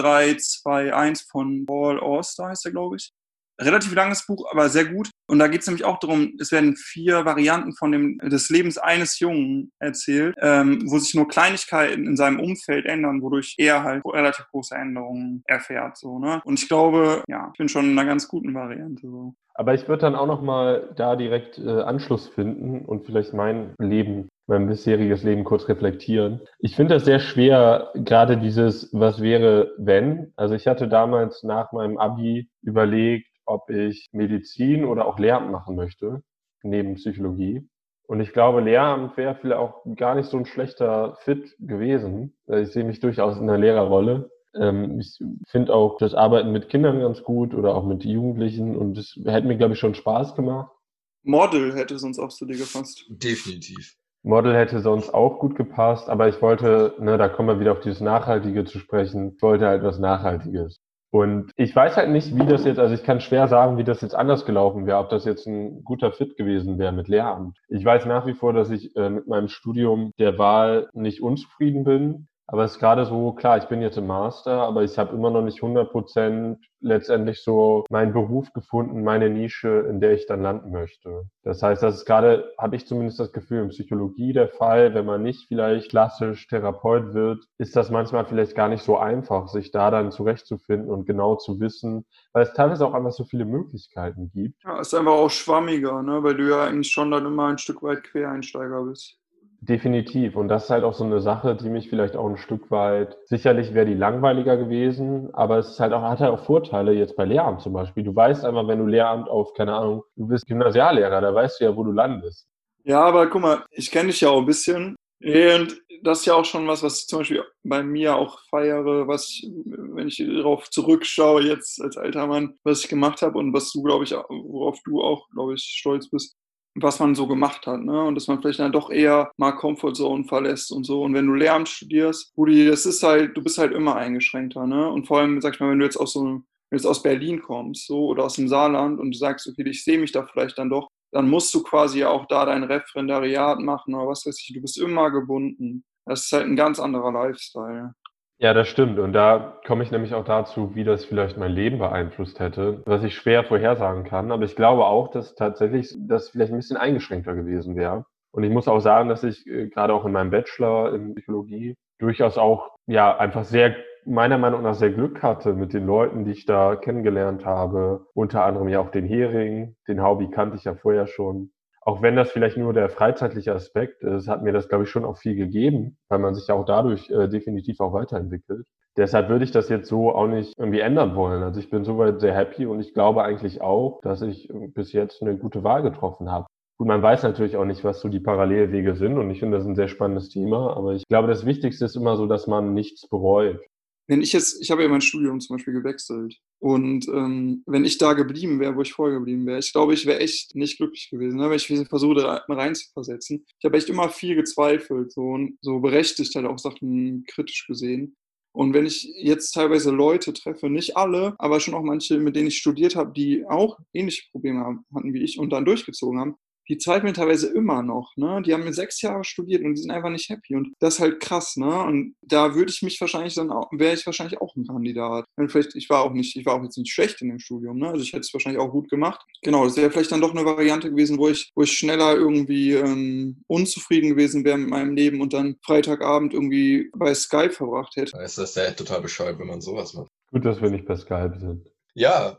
4321 von Paul Auster heißt er, glaube ich. Relativ langes Buch, aber sehr gut. Und da geht es nämlich auch darum, es werden 4 Varianten des Lebens eines Jungen erzählt, wo sich nur Kleinigkeiten in seinem Umfeld ändern, wodurch er halt relativ große Änderungen erfährt. So, ne? Und ich glaube, ja, ich bin schon in einer ganz guten Variante. So. Aber ich würde dann auch nochmal da direkt Anschluss finden und vielleicht mein bisheriges Leben kurz reflektieren. Ich finde das sehr schwer, gerade dieses, was wäre, wenn. Also ich hatte damals nach meinem Abi überlegt, ob ich Medizin oder auch Lehramt machen möchte, neben Psychologie. Und ich glaube, Lehramt wäre vielleicht auch gar nicht so ein schlechter Fit gewesen. Ich sehe mich durchaus in der Lehrerrolle. Ich finde auch das Arbeiten mit Kindern ganz gut oder auch mit Jugendlichen und das hätte mir, glaube ich, schon Spaß gemacht. Model hätte sonst auch zu dir gepasst. Definitiv. Model hätte sonst auch gut gepasst, aber ich wollte, da kommen wir wieder auf dieses Nachhaltige zu sprechen, ich wollte halt was Nachhaltiges. Und ich weiß halt nicht, wie das jetzt, also ich kann schwer sagen, wie das jetzt anders gelaufen wäre, ob das jetzt ein guter Fit gewesen wäre mit Lehramt. Ich weiß nach wie vor, dass ich mit meinem Studium der Wahl nicht unzufrieden bin. Aber es ist gerade so, klar, ich bin jetzt im Master, aber ich habe immer noch nicht 100% letztendlich so meinen Beruf gefunden, meine Nische, in der ich dann landen möchte. Das heißt, das ist gerade, habe ich zumindest das Gefühl, in Psychologie der Fall, wenn man nicht vielleicht klassisch Therapeut wird, ist das manchmal vielleicht gar nicht so einfach, sich da dann zurechtzufinden und genau zu wissen, weil es teilweise auch einfach so viele Möglichkeiten gibt. Ja, ist einfach auch schwammiger, ne? Weil du ja eigentlich schon dann immer ein Stück weit Quereinsteiger bist. Definitiv. Und das ist halt auch so eine Sache, die mich vielleicht auch ein Stück weit, sicherlich wäre die langweiliger gewesen, aber es ist halt auch, hat halt auch Vorteile jetzt bei Lehramt zum Beispiel. Du weißt einfach, wenn du Lehramt auf, keine Ahnung, du bist Gymnasiallehrer, da weißt du ja, wo du landest. Ja, aber guck mal, ich kenne dich ja auch ein bisschen. Und das ist ja auch schon was ich zum Beispiel bei mir auch feiere, wenn ich darauf zurückschaue jetzt als alter Mann, was ich gemacht habe und was du, glaube ich, worauf du auch, glaube ich, stolz bist, was man so gemacht hat, ne? Und dass man vielleicht dann doch eher mal Comfortzone verlässt und so. Und wenn du Lehramt studierst, Rudi, das ist halt, du bist halt immer eingeschränkter, ne? Und vor allem, sag ich mal, wenn du jetzt aus Berlin kommst, so, oder aus dem Saarland und du sagst, okay, ich sehe mich da vielleicht dann doch, dann musst du quasi auch da dein Referendariat machen oder was weiß ich, du bist immer gebunden. Das ist halt ein ganz anderer Lifestyle. Ja, das stimmt. Und da komme ich nämlich auch dazu, wie das vielleicht mein Leben beeinflusst hätte, was ich schwer vorhersagen kann. Aber ich glaube auch, dass tatsächlich das vielleicht ein bisschen eingeschränkter gewesen wäre. Und ich muss auch sagen, dass ich gerade auch in meinem Bachelor in Psychologie durchaus auch, ja, einfach meiner Meinung nach sehr Glück hatte mit den Leuten, die ich da kennengelernt habe. Unter anderem ja auch den Hering, den Haubi kannte ich ja vorher schon. Auch wenn das vielleicht nur der freizeitliche Aspekt ist, hat mir das, glaube ich, schon auch viel gegeben, weil man sich ja auch dadurch definitiv auch weiterentwickelt. Deshalb würde ich das jetzt so auch nicht irgendwie ändern wollen. Also ich bin soweit sehr happy und ich glaube eigentlich auch, dass ich bis jetzt eine gute Wahl getroffen habe. Gut, man weiß natürlich auch nicht, was so die Parallelwege sind und ich finde das ein sehr spannendes Thema, aber ich glaube, das Wichtigste ist immer so, dass man nichts bereut. Ich habe ja mein Studium zum Beispiel gewechselt. Und wenn ich da geblieben wäre, wo ich vorher geblieben wäre, ich glaube, ich wäre echt nicht glücklich gewesen, ne? Wenn ich versuche, da rein zu versetzen. Ich habe echt immer viel gezweifelt, so, und so berechtigt halt auch Sachen kritisch gesehen. Und wenn ich jetzt teilweise Leute treffe, nicht alle, aber schon auch manche, mit denen ich studiert habe, die auch ähnliche Probleme hatten wie ich und dann durchgezogen haben, die zweifeln teilweise immer noch, ne? Die haben 6 Jahre studiert und die sind einfach nicht happy. Und das ist halt krass, ne? Und da würde ich mich wahrscheinlich dann auch, wäre ich wahrscheinlich auch ein Kandidat. Und vielleicht, ich war auch jetzt nicht schlecht in dem Studium, ne? Also ich hätte es wahrscheinlich auch gut gemacht. Genau, das wäre vielleicht dann doch eine Variante gewesen, wo ich schneller irgendwie unzufrieden gewesen wäre mit meinem Leben und dann Freitagabend irgendwie bei Skype verbracht hätte. Es ist ja total bescheuert, wenn man sowas macht. Gut, dass wir nicht bei Skype sind. Ja,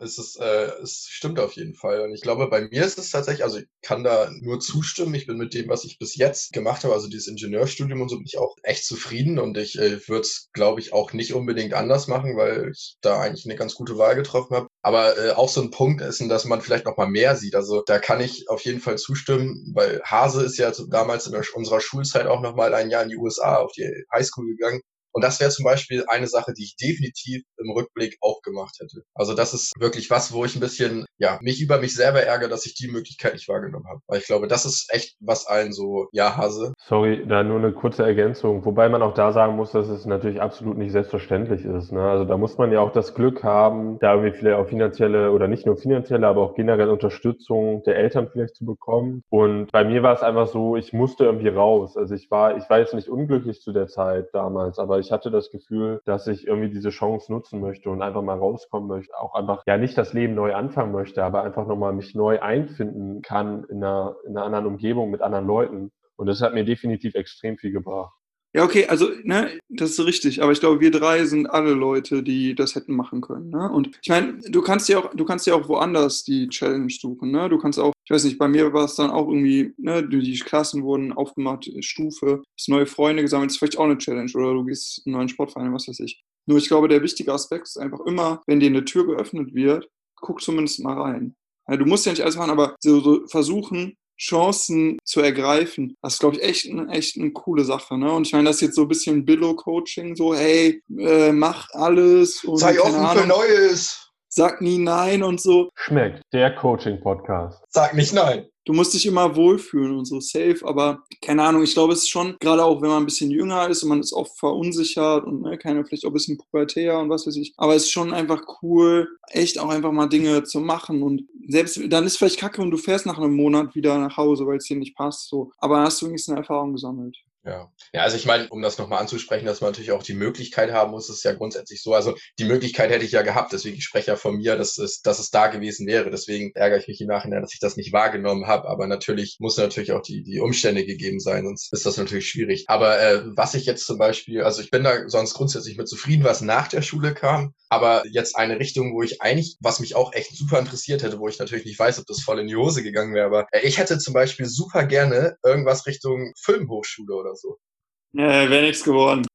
es stimmt auf jeden Fall. Und ich glaube, bei mir ist es tatsächlich, also ich kann da nur zustimmen. Ich bin mit dem, was ich bis jetzt gemacht habe, also dieses Ingenieurstudium und so, bin ich auch echt zufrieden. Und ich würde es, glaube ich, auch nicht unbedingt anders machen, weil ich da eigentlich eine ganz gute Wahl getroffen habe. Aber auch so ein Punkt ist, dass man vielleicht noch mal mehr sieht. Also da kann ich auf jeden Fall zustimmen, weil Hase ist ja damals in unserer Schulzeit auch noch mal ein Jahr in die USA auf die Highschool gegangen. Und das wäre zum Beispiel eine Sache, die ich definitiv im Rückblick auch gemacht hätte. Also das ist wirklich was, wo ich ein bisschen, ja, mich über mich selber ärgere, dass ich die Möglichkeit nicht wahrgenommen habe. Weil ich glaube, das ist echt was allen so, ja, Hase. Sorry, da nur eine kurze Ergänzung. Wobei man auch da sagen muss, dass es natürlich absolut nicht selbstverständlich ist. Ne? Also da muss man ja auch das Glück haben, da irgendwie vielleicht auch finanzielle oder nicht nur finanzielle, aber auch generell Unterstützung der Eltern vielleicht zu bekommen. Und bei mir war es einfach so, ich musste irgendwie raus. Also ich war jetzt nicht unglücklich zu der Zeit damals, aber ich hatte das Gefühl, dass ich irgendwie diese Chance nutzen möchte und einfach mal rauskommen möchte. Auch einfach, ja, nicht das Leben neu anfangen möchte, aber einfach nochmal mich neu einfinden kann in einer anderen Umgebung mit anderen Leuten. Und das hat mir definitiv extrem viel gebracht. Ja, okay, also, ne, das ist richtig, aber ich glaube, wir drei sind alle Leute, die das hätten machen können, ne? Und ich meine, du kannst ja auch woanders die Challenge suchen, ne? Du kannst auch, ich weiß nicht, bei mir war es dann auch irgendwie, ne, die Klassen wurden aufgemacht, Stufe, hast neue Freunde gesammelt, ist vielleicht auch eine Challenge, oder du gehst in einen neuen Sportverein, was weiß ich. Nur ich glaube, der wichtige Aspekt ist einfach immer, wenn dir eine Tür geöffnet wird, guck zumindest mal rein. Ja, du musst ja nicht alles machen, aber so versuchen, Chancen zu ergreifen, das ist, glaube ich, echt eine coole Sache, ne? Und ich meine, das ist jetzt so ein bisschen Billo-Coaching, so, hey, mach alles und Sei offen für Neues. Sag nie nein und so. Schmeckt, der Coaching-Podcast. Sag nicht nein. Du musst dich immer wohlfühlen und so safe, aber keine Ahnung, ich glaube, es ist schon, gerade auch wenn man ein bisschen jünger ist und man ist oft verunsichert und ne, vielleicht auch ein bisschen pubertär und was weiß ich, aber es ist schon einfach cool, echt auch einfach mal Dinge zu machen und selbst, dann ist vielleicht kacke und du fährst nach einem Monat wieder nach Hause, weil es dir nicht passt, so, aber dann hast du wenigstens eine Erfahrung gesammelt. Ja. Ja, also ich meine, um das nochmal anzusprechen, dass man natürlich auch die Möglichkeit haben muss, ist ja grundsätzlich so. Also die Möglichkeit hätte ich ja gehabt, deswegen ich spreche ja von mir, dass es da gewesen wäre. Deswegen ärgere ich mich im Nachhinein, dass ich das nicht wahrgenommen habe. Aber natürlich muss natürlich auch die Umstände gegeben sein, sonst ist das natürlich schwierig. Aber was ich jetzt zum Beispiel, also ich bin da sonst grundsätzlich mit zufrieden, was nach der Schule kam. Aber jetzt eine Richtung, wo ich eigentlich, was mich auch echt super interessiert hätte, wo ich natürlich nicht weiß, ob das voll in die Hose gegangen wäre, aber ich hätte zum Beispiel super gerne irgendwas Richtung Filmhochschule oder so. Wäre nichts geworden.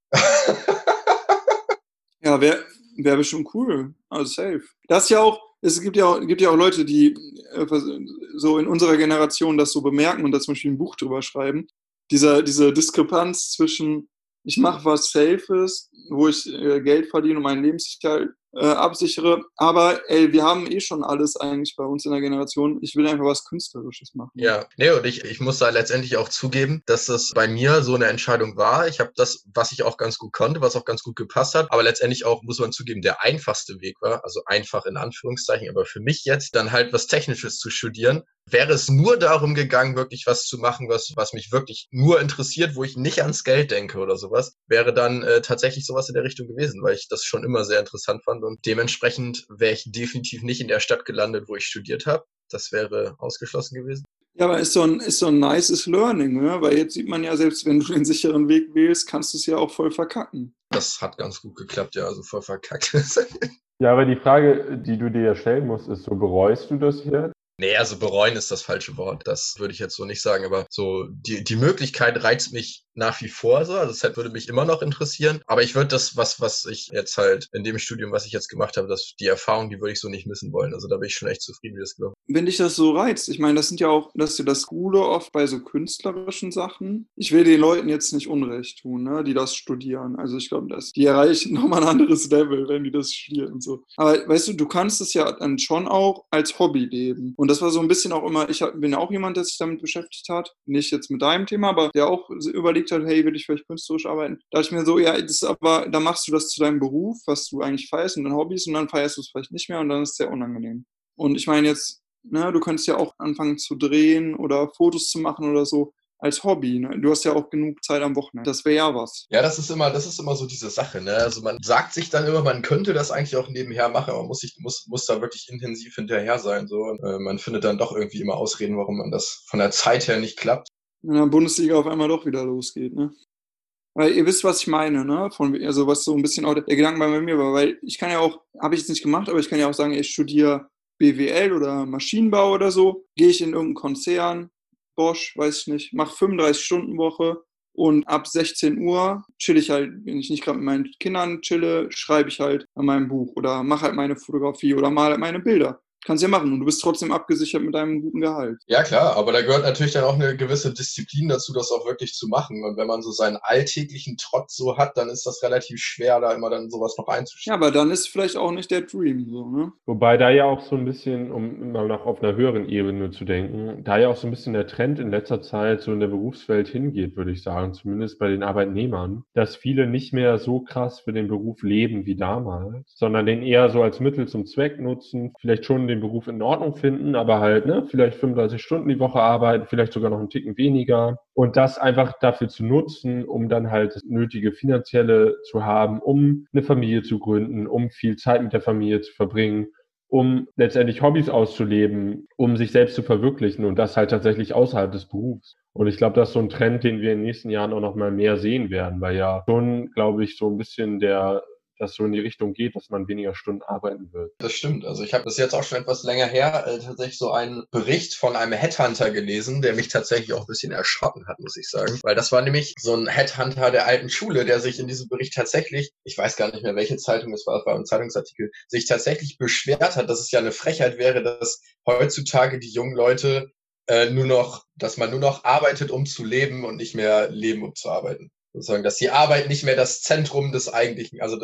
Ja, wäre bestimmt cool. Also safe. Das ist ja auch, es gibt ja auch Leute, die so in unserer Generation das so bemerken und da zum Beispiel ein Buch drüber schreiben. Diese Diskrepanz zwischen, ich mache was Safes, wo ich Geld verdiene und meinen Lebenssicherheit absichere, aber ey, wir haben schon alles eigentlich bei uns in der Generation. Ich will einfach was Künstlerisches machen. Ja, nee, und ich muss da letztendlich auch zugeben, dass das bei mir so eine Entscheidung war. Ich habe das, was ich auch ganz gut konnte, was auch ganz gut gepasst hat, aber letztendlich auch, muss man zugeben, der einfachste Weg war, also einfach in Anführungszeichen, aber für mich jetzt dann halt was Technisches zu studieren. Wäre es nur darum gegangen, wirklich was zu machen, was mich wirklich nur interessiert, wo ich nicht ans Geld denke oder sowas, wäre dann tatsächlich sowas in der Richtung gewesen, weil ich das schon immer sehr interessant fand und dementsprechend wäre ich definitiv nicht in der Stadt gelandet, wo ich studiert habe. Das wäre ausgeschlossen gewesen. Ja, aber ist so ein nices Learning, ne? Weil jetzt sieht man ja, selbst wenn du den sicheren Weg wählst, kannst du es ja auch voll verkacken. Das hat ganz gut geklappt, ja, also voll verkackt. Ja, aber die Frage, die du dir ja stellen musst, ist so, bereust du das jetzt? Nee, also bereuen ist das falsche Wort. Das würde ich jetzt so nicht sagen. Aber so die Möglichkeit reizt mich nach wie vor so. Also das würde mich immer noch interessieren. Aber ich würde das, was ich jetzt halt in dem Studium, was ich jetzt gemacht habe, die Erfahrung, die würde ich so nicht missen wollen. Also da bin ich schon echt zufrieden, wie das gelaufen ist. Wenn dich das so reizt, ich meine, das sind ja auch, das ist ja das Coole oft bei so künstlerischen Sachen. Ich will den Leuten jetzt nicht Unrecht tun, ne, die das studieren. Also ich glaube, die erreichen nochmal ein anderes Level, wenn die das studieren und so. Aber weißt du, du kannst es ja dann schon auch als Hobby leben. Und das war so ein bisschen auch immer, bin ja auch jemand, der sich damit beschäftigt hat. Nicht jetzt mit deinem Thema, aber der auch überlegt hat, hey, will ich vielleicht künstlerisch arbeiten? Da dachte ich mir so, ja, das ist aber, da machst du das zu deinem Beruf, was du eigentlich feierst und dein Hobbys und dann feierst du es vielleicht nicht mehr und dann ist es sehr unangenehm. Und ich meine jetzt, ne, du könntest ja auch anfangen zu drehen oder Fotos zu machen oder so als Hobby. Ne? Du hast ja auch genug Zeit am Wochenende. Das wäre ja was. Ja, das ist immer so diese Sache, ne? Also man sagt sich dann immer, man könnte das eigentlich auch nebenher machen, aber muss da wirklich intensiv hinterher sein. So. Und, man findet dann doch irgendwie immer Ausreden, warum man das von der Zeit her nicht klappt. Wenn der Bundesliga auf einmal doch wieder losgeht, ne? Weil ihr wisst, was ich meine, ne? Also was so ein bisschen auch der Gedanke bei mir war, weil ich kann ja auch, habe ich jetzt nicht gemacht, aber ich kann ja auch sagen, ich studiere BWL oder Maschinenbau oder so, gehe ich in irgendeinen Konzern, Bosch, weiß ich nicht, mache 35-Stunden-Woche und ab 16 Uhr chill ich halt, wenn ich nicht gerade mit meinen Kindern chille, schreibe ich halt an meinem Buch oder mache halt meine Fotografie oder male halt meine Bilder. Kannst ja machen und du bist trotzdem abgesichert mit deinem guten Gehalt. Ja, klar, aber da gehört natürlich dann auch eine gewisse Disziplin dazu, das auch wirklich zu machen. Und wenn man so seinen alltäglichen Trott so hat, dann ist das relativ schwer, da immer dann sowas noch Ja, einzustellen. aber dann ist vielleicht auch nicht der Dream so, ne? Wobei da ja auch so ein bisschen, um immer noch auf einer höheren Ebene zu denken, da ja auch so ein bisschen der Trend in letzter Zeit so in der Berufswelt hingeht, würde ich sagen, zumindest bei den Arbeitnehmern, dass viele nicht mehr so krass für den Beruf leben wie damals, sondern den eher so als Mittel zum Zweck nutzen, vielleicht schon den Beruf in Ordnung finden, aber halt, ne, vielleicht 35 Stunden die Woche arbeiten, vielleicht sogar noch einen Ticken weniger und das einfach dafür zu nutzen, um dann halt das nötige Finanzielle zu haben, um eine Familie zu gründen, um viel Zeit mit der Familie zu verbringen, um letztendlich Hobbys auszuleben, um sich selbst zu verwirklichen und das halt tatsächlich außerhalb des Berufs. Und ich glaube, das ist so ein Trend, den wir in den nächsten Jahren auch noch mal mehr sehen werden, weil ja schon, glaube ich, so ein bisschen das so in die Richtung geht, dass man weniger Stunden arbeiten wird. Das stimmt. Also ich habe das jetzt auch schon etwas länger her, tatsächlich so einen Bericht von einem Headhunter gelesen, der mich tatsächlich auch ein bisschen erschrocken hat, muss ich sagen. Weil das war nämlich so ein Headhunter der alten Schule, der sich in diesem Bericht tatsächlich, ich weiß gar nicht mehr, welche Zeitung es war ein Zeitungsartikel, sich tatsächlich beschwert hat, dass es ja eine Frechheit wäre, dass heutzutage die jungen Leute dass man nur noch arbeitet, um zu leben und nicht mehr leben, um zu arbeiten. Sozusagen, dass die Arbeit nicht mehr das Zentrum des eigentlichen, also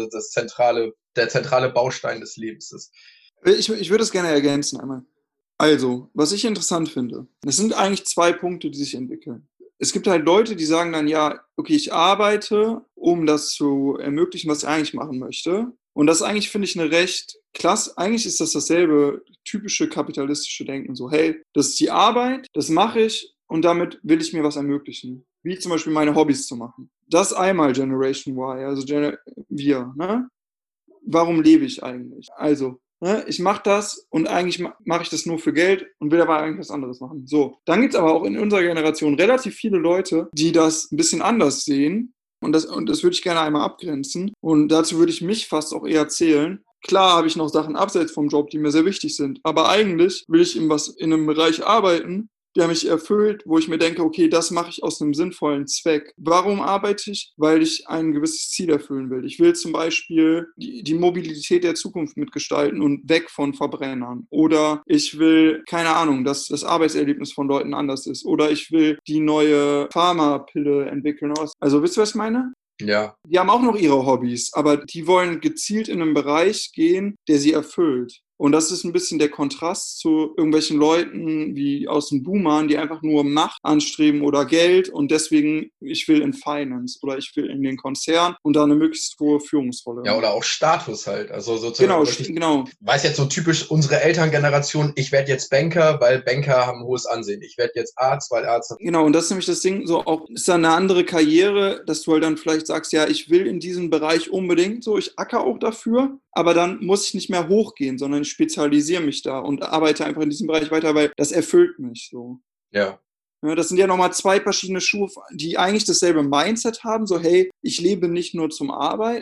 der zentrale Baustein des Lebens ist. Ich würde es gerne ergänzen einmal. Also, was ich interessant finde, es sind eigentlich zwei Punkte, die sich entwickeln. Es gibt halt Leute, die sagen dann, ja, okay, ich arbeite, um das zu ermöglichen, was ich eigentlich machen möchte. Und das ist eigentlich, finde ich, eine recht klasse, eigentlich ist das dasselbe typische kapitalistische Denken. So, hey, das ist die Arbeit, das mache ich und damit will ich mir was ermöglichen. Wie zum Beispiel meine Hobbys zu machen. Das einmal Generation Y, also wir, ne? Warum lebe ich eigentlich? Also, ne, ich mache das und eigentlich mache ich das nur für Geld und will aber eigentlich was anderes machen. So, dann gibt es aber auch in unserer Generation relativ viele Leute, die das ein bisschen anders sehen und das würde ich gerne einmal abgrenzen und dazu würde ich mich fast auch eher zählen. Klar habe ich noch Sachen abseits vom Job, die mir sehr wichtig sind, aber eigentlich will ich in einem Bereich arbeiten, der mich erfüllt, wo ich mir denke, okay, das mache ich aus einem sinnvollen Zweck. Warum arbeite ich? Weil ich ein gewisses Ziel erfüllen will. Ich will zum Beispiel die Mobilität der Zukunft mitgestalten und weg von Verbrennern. Oder ich will, keine Ahnung, dass das Arbeitserlebnis von Leuten anders ist. Oder ich will die neue Pharmapille entwickeln. Also wisst ihr, was ich meine? Ja. Die haben auch noch ihre Hobbys, aber die wollen gezielt in einen Bereich gehen, der sie erfüllt. Und das ist ein bisschen der Kontrast zu irgendwelchen Leuten wie aus den Boomern, die einfach nur Macht anstreben oder Geld und deswegen, ich will in Finance oder ich will in den Konzern und da eine möglichst hohe Führungsrolle. Ja, oder auch Status halt. Also sozusagen. Genau. Weiß jetzt so typisch unsere Elterngeneration, ich werde jetzt Banker, weil Banker haben ein hohes Ansehen. Ich werde jetzt Arzt, weil Arzt. Genau, und das ist nämlich das Ding, so auch ist da eine andere Karriere, dass du halt dann vielleicht sagst, ja, ich will in diesem Bereich unbedingt so, ich acker auch dafür, aber dann muss ich nicht mehr hochgehen, sondern ich spezialisiere mich da und arbeite einfach in diesem Bereich weiter, weil das erfüllt mich so. Ja. Ja, das sind ja nochmal zwei verschiedene Schuhe, die eigentlich dasselbe Mindset haben, so hey, ich lebe nicht nur zum Arbeiten,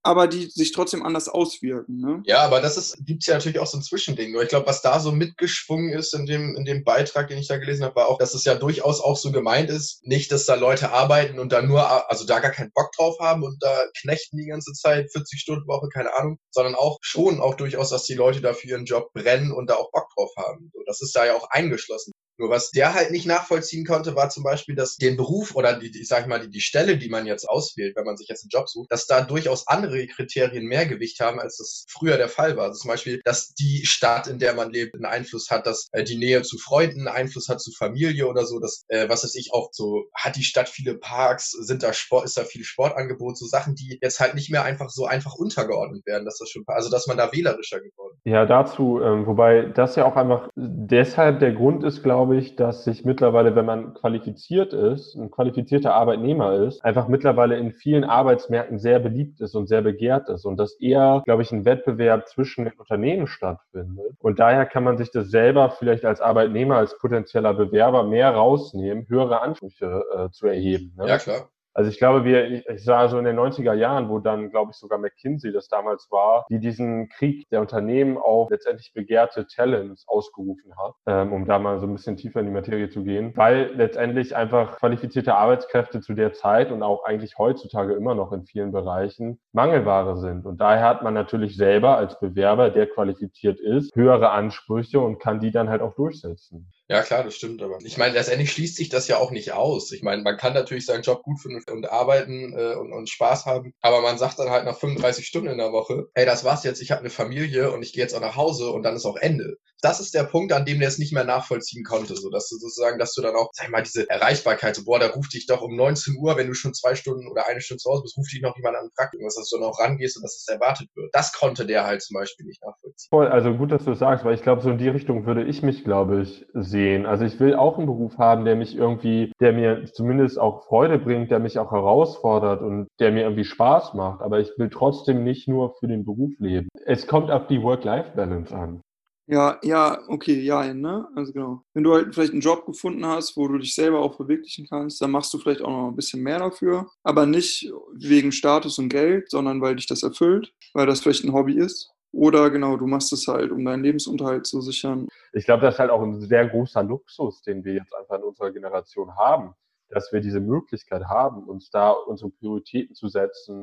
aber die sich trotzdem anders auswirken. Ne? Ja, aber gibt's ja natürlich auch so ein Zwischending. Nur ich glaube, was da so mitgeschwungen ist in dem Beitrag, den ich da gelesen habe, war auch, dass es ja durchaus auch so gemeint ist, nicht, dass da Leute arbeiten und da also da gar keinen Bock drauf haben und da knechten die ganze Zeit, 40-Stunden-Woche, keine Ahnung, sondern auch durchaus, dass die Leute da für ihren Job brennen und da auch Bock drauf haben. So, das ist da ja auch eingeschlossen. Nur was der halt nicht nachvollziehen konnte, war zum Beispiel, dass den Beruf oder die Stelle, die man jetzt auswählt, wenn man sich jetzt einen Job sucht, dass da durchaus andere Kriterien mehr Gewicht haben, als das früher der Fall war. Also zum Beispiel, dass die Stadt, in der man lebt, einen Einfluss hat, dass die Nähe zu Freunden einen Einfluss hat, zu Familie oder so, dass, was weiß ich, auch so, hat die Stadt viele Parks, ist da viel Sportangebot, so Sachen, die jetzt halt nicht mehr einfach untergeordnet werden, dass man da wählerischer geworden ist. Ja, dazu, wobei das ja auch einfach deshalb der Grund ist, glaube ich, dass sich mittlerweile, wenn man qualifiziert ist, ein qualifizierter Arbeitnehmer ist, einfach mittlerweile in vielen Arbeitsmärkten sehr beliebt ist und sehr begehrt ist und dass eher, glaube ich, ein Wettbewerb zwischen den Unternehmen stattfindet. Und daher kann man sich das selber vielleicht als Arbeitnehmer, als potenzieller Bewerber mehr rausnehmen, höhere Ansprüche zu erheben. Ne? Ja, klar. Also ich glaube, ich sah so in den 90er Jahren, wo dann, glaube ich, sogar McKinsey das damals war, die diesen Krieg der Unternehmen auf letztendlich begehrte Talents ausgerufen hat, um da mal so ein bisschen tiefer in die Materie zu gehen, weil letztendlich einfach qualifizierte Arbeitskräfte zu der Zeit und auch eigentlich heutzutage immer noch in vielen Bereichen Mangelware sind. Und daher hat man natürlich selber als Bewerber, der qualifiziert ist, höhere Ansprüche und kann die dann halt auch durchsetzen. Ja, klar, das stimmt, aber ich meine, letztendlich schließt sich das ja auch nicht aus. Ich meine, man kann natürlich seinen Job gut finden und arbeiten und Spaß haben, aber man sagt dann halt nach 35 Stunden in der Woche, hey, das war's jetzt, ich habe eine Familie und ich gehe jetzt auch nach Hause und dann ist auch Ende. Das ist der Punkt, an dem der es nicht mehr nachvollziehen konnte, so dass du sozusagen, dass du dann auch, sag ich mal, diese Erreichbarkeit, so, boah, da ruft dich doch um 19 Uhr, wenn du schon 2 Stunden oder 1 Stunde zu Hause bist, ruft dich noch jemand an und fragt irgendwas, dass du dann auch rangehst und dass es erwartet wird. Das konnte der halt zum Beispiel nicht nachvollziehen. Voll, also gut, dass du das sagst, weil ich glaube, so in die Richtung würde ich mich, glaube ich, sehen. Also ich will auch einen Beruf haben, der mir zumindest auch Freude bringt, der mich auch herausfordert und der mir irgendwie Spaß macht. Aber ich will trotzdem nicht nur für den Beruf leben. Es kommt auf die Work-Life-Balance an. Ja, okay, ja, ne? Also genau. Wenn du halt vielleicht einen Job gefunden hast, wo du dich selber auch verwirklichen kannst, dann machst du vielleicht auch noch ein bisschen mehr dafür. Aber nicht wegen Status und Geld, sondern weil dich das erfüllt, weil das vielleicht ein Hobby ist. Oder genau, du machst es halt, um deinen Lebensunterhalt zu sichern. Ich glaube, das ist halt auch ein sehr großer Luxus, den wir jetzt einfach in unserer Generation haben, dass wir diese Möglichkeit haben, uns da unsere Prioritäten zu setzen.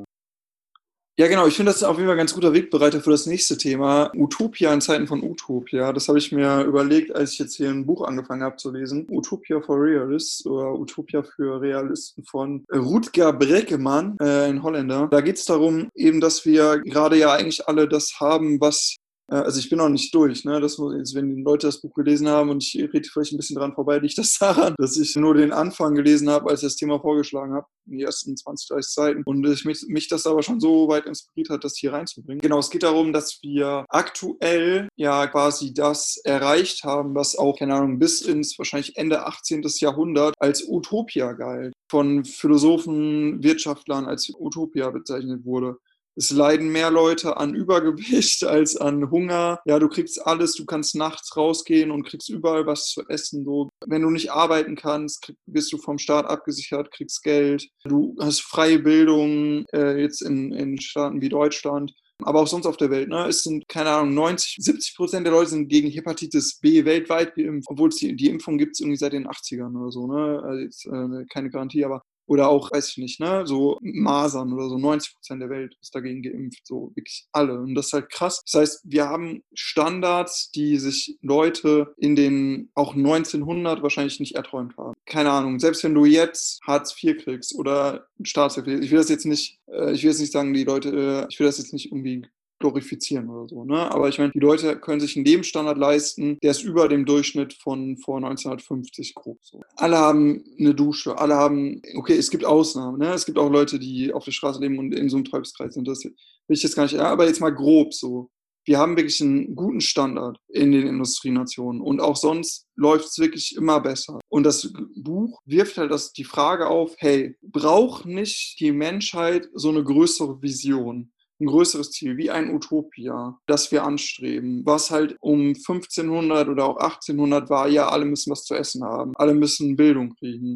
Ja, genau. Ich finde, das ist auf jeden Fall ein ganz guter Wegbereiter für das nächste Thema. Utopia in Zeiten von Utopia. Das habe ich mir überlegt, als ich jetzt hier ein Buch angefangen habe zu lesen. Utopia for Realists oder Utopia für Realisten von Rutger Bregman, ein Holländer. Da geht es darum, eben, dass wir gerade ja eigentlich alle das haben, was also ich bin noch nicht durch, ne? Das muss jetzt, wenn die Leute das Buch gelesen haben und ich rede vielleicht ein bisschen dran vorbei, liegt das daran, dass ich nur den Anfang gelesen habe, als ich das Thema vorgeschlagen habe, die ersten 20, 30 Seiten und mich das aber schon so weit inspiriert hat, das hier reinzubringen. Genau, es geht darum, dass wir aktuell ja quasi das erreicht haben, was auch, keine Ahnung, bis ins wahrscheinlich Ende 18. Jahrhundert als Utopia galt, von Philosophen, Wirtschaftlern als Utopia bezeichnet wurde. Es leiden mehr Leute an Übergewicht als an Hunger. Ja, du kriegst alles, du kannst nachts rausgehen und kriegst überall was zu essen. So. Wenn du nicht arbeiten kannst, wirst du vom Staat abgesichert, kriegst Geld. Du hast freie Bildung, jetzt in Staaten wie Deutschland. Aber auch sonst auf der Welt, ne? Es sind, keine Ahnung, 70% der Leute sind gegen Hepatitis B weltweit geimpft, obwohl es die Impfung gibt es irgendwie seit den 80ern oder so, ne? Also jetzt, keine Garantie, aber oder auch, weiß ich nicht, ne, so Masern oder so, 90% der Welt ist dagegen geimpft, so wirklich alle. Und das ist halt krass. Das heißt, wir haben Standards, die sich Leute in den auch 1900 wahrscheinlich nicht erträumt haben. Keine Ahnung, selbst wenn du jetzt Hartz IV kriegst oder Staatshilfe, ich will jetzt nicht sagen, die Leute, ich will das jetzt nicht irgendwie glorifizieren oder so, ne? Aber ich meine, die Leute können sich einen Lebensstandard leisten, der ist über dem Durchschnitt von vor 1950 grob so. Alle haben eine Dusche, alle haben, okay, es gibt Ausnahmen, ne? Es gibt auch Leute, die auf der Straße leben und in so einem Teufelskreis sind. Das will ich jetzt gar nicht, aber jetzt mal grob so. Wir haben wirklich einen guten Standard in den Industrienationen und auch sonst läuft es wirklich immer besser. Und das Buch wirft halt die Frage auf, hey, braucht nicht die Menschheit so eine größere Vision? Ein größeres Ziel, wie ein Utopia, das wir anstreben, was halt um 1500 oder auch 1800 war, ja, alle müssen was zu essen haben, alle müssen Bildung kriegen.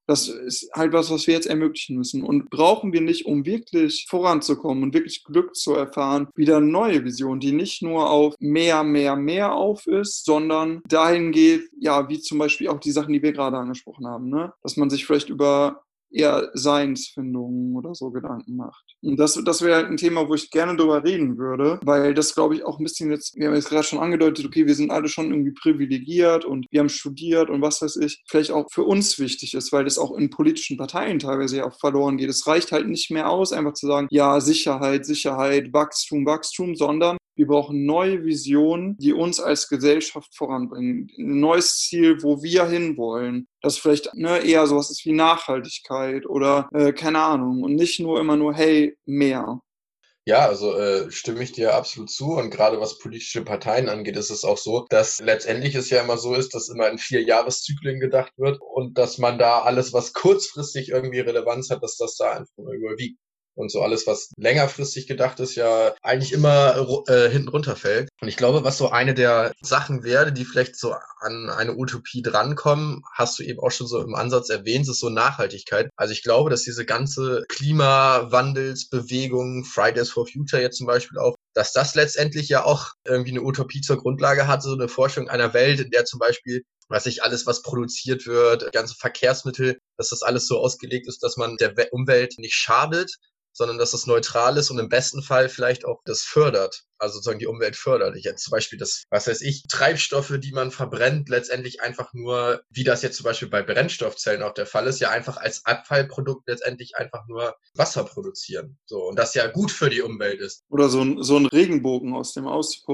Das ist halt was wir jetzt ermöglichen müssen. Und brauchen wir nicht, um wirklich voranzukommen und wirklich Glück zu erfahren, wieder eine neue Vision, die nicht nur auf mehr, mehr, mehr auf ist, sondern dahin geht, ja, wie zum Beispiel auch die Sachen, die wir gerade angesprochen haben, ne? Dass man sich vielleicht über eher Seinsfindungen oder so Gedanken macht. Und das wäre halt ein Thema, wo ich gerne drüber reden würde, weil das, glaube ich, auch ein bisschen jetzt, wir haben jetzt gerade schon angedeutet, okay, wir sind alle schon irgendwie privilegiert und wir haben studiert und was weiß ich, vielleicht auch für uns wichtig ist, weil das auch in politischen Parteien teilweise ja auch verloren geht. Es reicht halt nicht mehr aus, einfach zu sagen, ja, Sicherheit, Sicherheit, Wachstum, Wachstum, sondern wir brauchen neue Visionen, die uns als Gesellschaft voranbringen. Ein neues Ziel, wo wir hinwollen. Das vielleicht eher sowas ist wie Nachhaltigkeit oder keine Ahnung. Und nicht nur immer nur, hey, mehr. Ja, also stimme ich dir absolut zu. Und gerade was politische Parteien angeht, ist es auch so, dass letztendlich es ja immer so ist, dass immer in 4-Jahreszyklen gedacht wird und dass man da alles, was kurzfristig irgendwie Relevanz hat, dass das da einfach nur überwiegt. Und so alles, was längerfristig gedacht ist, ja eigentlich immer hinten runterfällt. Und ich glaube, was so eine der Sachen wäre, die vielleicht so an eine Utopie drankommen, hast du eben auch schon so im Ansatz erwähnt, ist so Nachhaltigkeit. Also ich glaube, dass diese ganze Klimawandelsbewegung, Fridays for Future jetzt zum Beispiel auch, dass das letztendlich ja auch irgendwie eine Utopie zur Grundlage hat, so eine Vorstellung einer Welt, in der zum Beispiel alles, was produziert wird, ganze Verkehrsmittel, dass das alles so ausgelegt ist, dass man der Umwelt nicht schadet, sondern dass es neutral ist und im besten Fall vielleicht auch das fördert, also sozusagen die Umwelt fördert. Jetzt zum Beispiel Treibstoffe, die man verbrennt, letztendlich einfach nur, wie das jetzt zum Beispiel bei Brennstoffzellen auch der Fall ist, ja einfach als Abfallprodukt letztendlich einfach nur Wasser produzieren. So, und das ja gut für die Umwelt ist. Oder so ein Regenbogen aus dem Auspuff.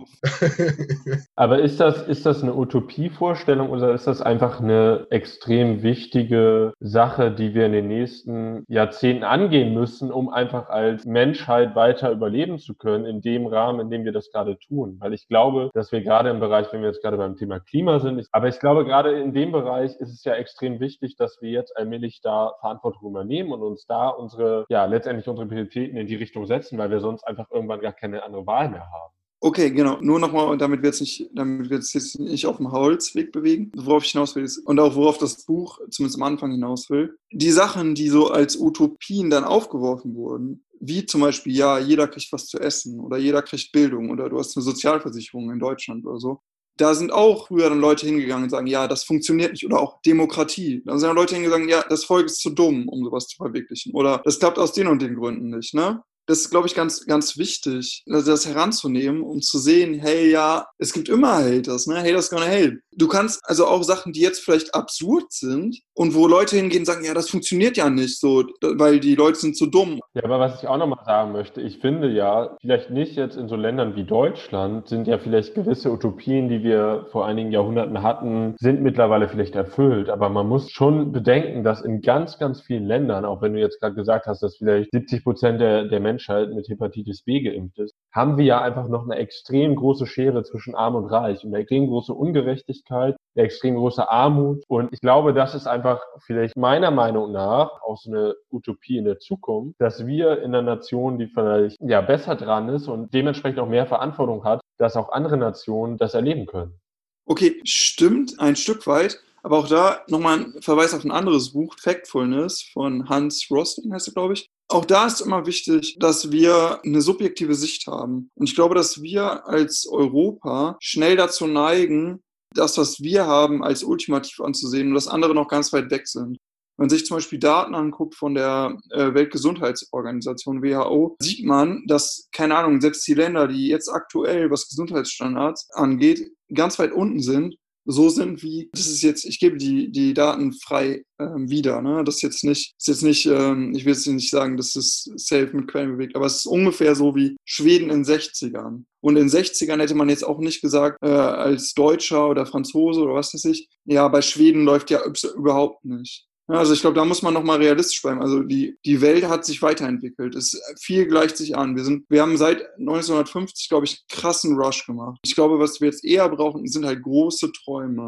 Aber ist das eine Utopievorstellung oder ist das einfach eine extrem wichtige Sache, die wir in den nächsten Jahrzehnten angehen müssen, um einfach als Menschheit weiter überleben zu können, in dem Rahmen, in dem wir das gerade tun? Weil ich glaube, dass wir gerade im Bereich, wenn wir jetzt gerade beim Thema Klima sind, aber ich glaube, gerade in dem Bereich ist es ja extrem wichtig, dass wir jetzt allmählich da Verantwortung übernehmen und uns da letztendlich unsere Prioritäten in die Richtung setzen, weil wir sonst einfach irgendwann gar keine andere Wahl mehr haben. Okay, genau. Nur nochmal, damit wir es jetzt nicht auf dem Holzweg bewegen, worauf ich hinaus will, ist, und auch worauf das Buch zumindest am Anfang hinaus will. Die Sachen, die so als Utopien dann aufgeworfen wurden, wie zum Beispiel, ja, jeder kriegt was zu essen oder jeder kriegt Bildung oder du hast eine Sozialversicherung in Deutschland oder so. Da sind auch früher dann Leute hingegangen und sagen, ja, das funktioniert nicht. Oder auch Demokratie. Da sind dann Leute hingegangen, ja, das Volk ist zu dumm, um sowas zu verwirklichen. Oder das klappt aus den und den Gründen nicht, ne? Das ist, glaube ich, ganz, ganz wichtig, das heranzunehmen, um zu sehen, hey, ja, es gibt immer Haters, ne? Haters gonna hate. Du kannst also auch Sachen, die jetzt vielleicht absurd sind und wo Leute hingehen und sagen, ja, das funktioniert ja nicht so, weil die Leute sind zu dumm. Ja, aber was ich auch nochmal sagen möchte, ich finde ja, vielleicht nicht jetzt in so Ländern wie Deutschland, sind ja vielleicht gewisse Utopien, die wir vor einigen Jahrhunderten hatten, sind mittlerweile vielleicht erfüllt. Aber man muss schon bedenken, dass in ganz, ganz vielen Ländern, auch wenn du jetzt gerade gesagt hast, dass vielleicht 70% der Menschheit mit Hepatitis B geimpft ist, haben wir ja einfach noch eine extrem große Schere zwischen Arm und Reich und eine extrem große Ungerechtigkeit, eine extrem große Armut. Und ich glaube, das ist einfach vielleicht meiner Meinung nach auch so eine Utopie in der Zukunft, dass wir in einer Nation, die vielleicht besser dran ist und dementsprechend auch mehr Verantwortung hat, dass auch andere Nationen das erleben können. Okay, stimmt ein Stück weit. Aber auch da nochmal ein Verweis auf ein anderes Buch, Factfulness von Hans Rosling heißt er, glaube ich. Auch da ist immer wichtig, dass wir eine subjektive Sicht haben. Und ich glaube, dass wir als Europa schnell dazu neigen, das, was wir haben, als ultimativ anzusehen und dass andere noch ganz weit weg sind. Wenn man sich zum Beispiel Daten anguckt von der Weltgesundheitsorganisation WHO, sieht man, dass, keine Ahnung, selbst die Länder, die jetzt aktuell, was Gesundheitsstandards angeht, ganz weit unten sind, so sind wie, das ist jetzt, ich gebe die Daten frei wieder, ne? Das ist jetzt nicht, ich will jetzt nicht sagen, das ist safe mit Quellen bewegt, aber es ist ungefähr so wie Schweden in 60ern. Und in 60ern hätte man jetzt auch nicht gesagt, als Deutscher oder Franzose oder was weiß ich, ja, bei Schweden läuft ja überhaupt nicht. Ja, also ich glaube, da muss man nochmal realistisch bleiben. Also die Welt hat sich weiterentwickelt. Viel gleicht sich an. Wir haben seit 1950, glaube ich, einen krassen Rush gemacht. Ich glaube, was wir jetzt eher brauchen, sind halt große Träume.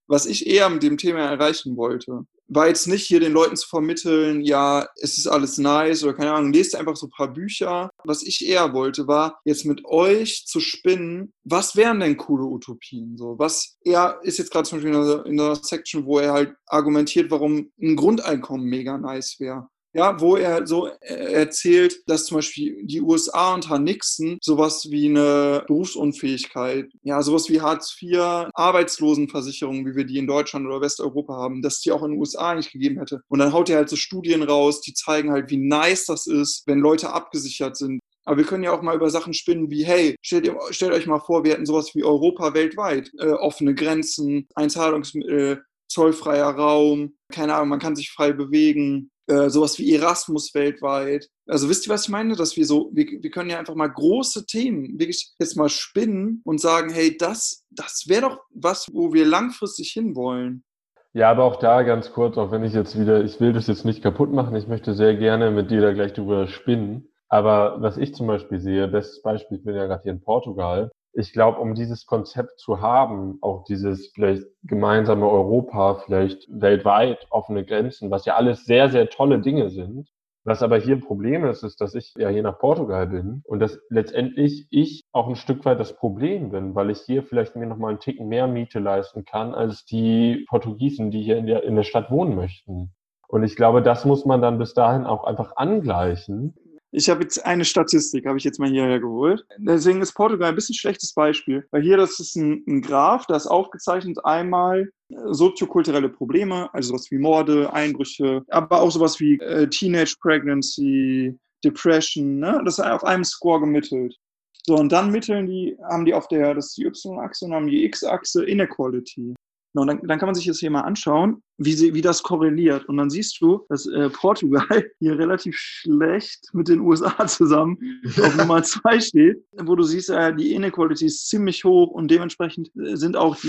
Was ich eher mit dem Thema erreichen wollte, war jetzt nicht hier den Leuten zu vermitteln, ja, es ist alles nice oder keine Ahnung, lest einfach so ein paar Bücher. Was ich eher wollte, war jetzt mit euch zu spinnen, was wären denn coole Utopien? So, was er ist jetzt gerade zum Beispiel in einer Section, wo er halt argumentiert, warum ein Grundeinkommen mega nice wäre. Ja, wo er so erzählt, dass zum Beispiel die USA unter Nixon sowas wie eine Berufsunfähigkeit, ja, sowas wie Hartz IV, Arbeitslosenversicherung, wie wir die in Deutschland oder Westeuropa haben, dass die auch in den USA nicht gegeben hätte. Und dann haut er halt so Studien raus, die zeigen halt, wie nice das ist, wenn Leute abgesichert sind. Aber wir können ja auch mal über Sachen spinnen wie, hey, stellt euch mal vor, wir hätten sowas wie Europa weltweit, offene Grenzen, Einzahlungsmittel, zollfreier Raum, keine Ahnung, man kann sich frei bewegen. Sowas wie Erasmus weltweit. Also wisst ihr, was ich meine? Dass wir können ja einfach mal große Themen wirklich jetzt mal spinnen und sagen, hey, das wäre doch was, wo wir langfristig hinwollen. Ja, aber auch da ganz kurz, auch wenn ich will das jetzt nicht kaputt machen, ich möchte sehr gerne mit dir da gleich drüber spinnen. Aber was ich zum Beispiel sehe, bestes Beispiel, ich bin ja gerade hier in Portugal, ich glaube, um dieses Konzept zu haben, auch dieses vielleicht gemeinsame Europa, vielleicht weltweit offene Grenzen, was ja alles sehr, sehr tolle Dinge sind. Was aber hier ein Problem ist, ist, dass ich ja hier nach Portugal bin und dass letztendlich ich auch ein Stück weit das Problem bin, weil ich hier vielleicht mir noch mal einen Ticken mehr Miete leisten kann als die Portugiesen, die hier in der Stadt wohnen möchten. Und ich glaube, das muss man dann bis dahin auch einfach angleichen. Ich habe jetzt eine Statistik, habe ich jetzt mal hierher geholt. Deswegen ist Portugal ein bisschen ein schlechtes Beispiel, weil hier, das ist ein Graph, da ist aufgezeichnet einmal soziokulturelle Probleme, also sowas wie Morde, Einbrüche, aber auch sowas wie Teenage Pregnancy, Depression, ne? Das ist auf einem Score gemittelt. So, und dann haben die das ist die Y-Achse und haben die X-Achse Inequality. Und dann kann man sich das hier mal anschauen, wie das korreliert. Und dann siehst du, dass Portugal hier relativ schlecht mit den USA zusammen auf Nummer 2 steht, wo du siehst, die Inequality ist ziemlich hoch und dementsprechend ist auch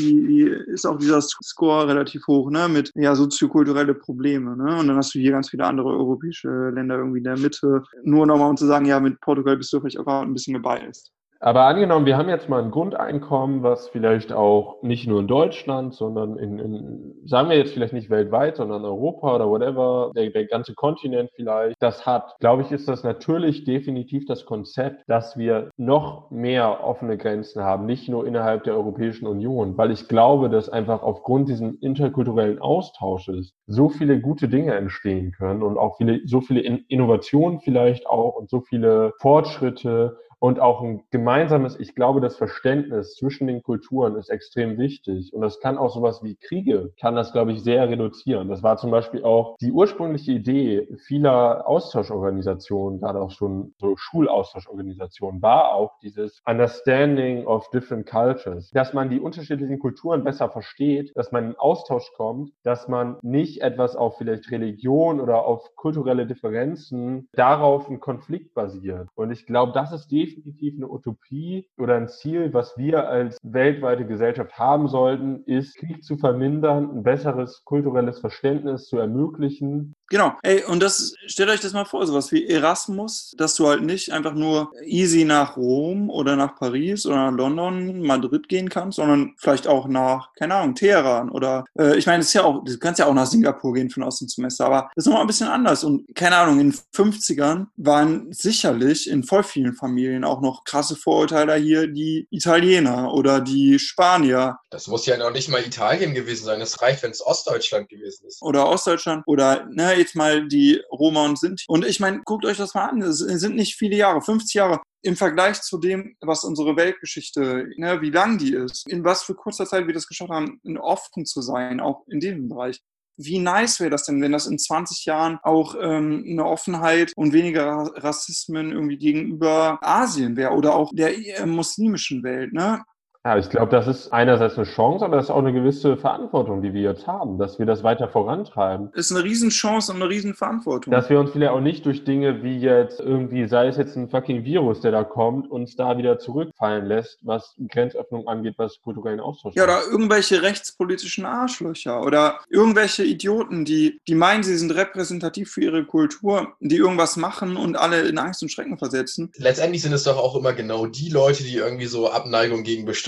dieser Score relativ hoch, ne, mit soziokulturelle Probleme. Ne? Und dann hast du hier ganz viele andere europäische Länder irgendwie in der Mitte. Nur nochmal, um zu sagen, ja, mit Portugal bist du vielleicht auch ein bisschen gebiased. Aber angenommen, wir haben jetzt mal ein Grundeinkommen, was vielleicht auch nicht nur in Deutschland, sondern sagen wir jetzt vielleicht nicht weltweit, sondern Europa oder whatever, der ganze Kontinent vielleicht, das hat. Glaube ich, ist das natürlich definitiv das Konzept, dass wir noch mehr offene Grenzen haben, nicht nur innerhalb der Europäischen Union, weil ich glaube, dass einfach aufgrund dieses interkulturellen Austausches so viele gute Dinge entstehen können und auch so viele Innovationen vielleicht auch und so viele Fortschritte. Und auch ein gemeinsames, ich glaube, das Verständnis zwischen den Kulturen ist extrem wichtig. Und das kann auch sowas wie Kriege, kann das, glaube ich, sehr reduzieren. Das war zum Beispiel auch die ursprüngliche Idee vieler Austauschorganisationen, gerade auch schon so Schulaustauschorganisationen, war auch dieses Understanding of different cultures. Dass man die unterschiedlichen Kulturen besser versteht, dass man in Austausch kommt, dass man nicht etwas auf vielleicht Religion oder auf kulturelle Differenzen darauf einen Konflikt basiert. Und ich glaube, das ist definitiv eine Utopie oder ein Ziel, was wir als weltweite Gesellschaft haben sollten, ist, Krieg zu vermindern, ein besseres kulturelles Verständnis zu ermöglichen. Genau. Und stellt euch das mal vor, sowas wie Erasmus, dass du halt nicht einfach nur easy nach Rom oder nach Paris oder nach London, Madrid gehen kannst, sondern vielleicht auch nach, keine Ahnung, Teheran oder, ich meine, du kannst ja auch nach Singapur gehen für ein Auslandssemester, aber das ist nochmal ein bisschen anders und keine Ahnung, in den 50ern waren sicherlich in voll vielen Familien auch noch krasse Vorurteile hier, die Italiener oder die Spanier. Das muss ja noch nicht mal Italien gewesen sein, es reicht, wenn es Ostdeutschland gewesen ist. Oder Ostdeutschland oder, jetzt mal die Roma und Sinti. Und ich meine, guckt euch das mal an, es sind nicht viele Jahre, 50 Jahre. Im Vergleich zu dem, was unsere Weltgeschichte, wie lang die ist, in was für kurzer Zeit wir das geschafft haben, offen zu sein, auch in diesem Bereich. Wie nice wäre das denn, wenn das in 20 Jahren auch eine Offenheit und weniger Rassismen irgendwie gegenüber Asien wäre oder auch der muslimischen Welt, ne? Ja, ich glaube, das ist einerseits eine Chance, aber das ist auch eine gewisse Verantwortung, die wir jetzt haben, dass wir das weiter vorantreiben. Ist eine Riesenchance und eine Riesenverantwortung. Dass wir uns vielleicht auch nicht durch Dinge wie jetzt irgendwie, sei es jetzt ein fucking Virus, der da kommt, uns da wieder zurückfallen lässt, was Grenzöffnung angeht, was kulturellen Austausch angeht. Ja, oder irgendwelche rechtspolitischen Arschlöcher oder irgendwelche Idioten, die meinen, sie sind repräsentativ für ihre Kultur, die irgendwas machen und alle in Angst und Schrecken versetzen. Letztendlich sind es doch auch immer genau die Leute, die irgendwie so Abneigung gegen bestimmte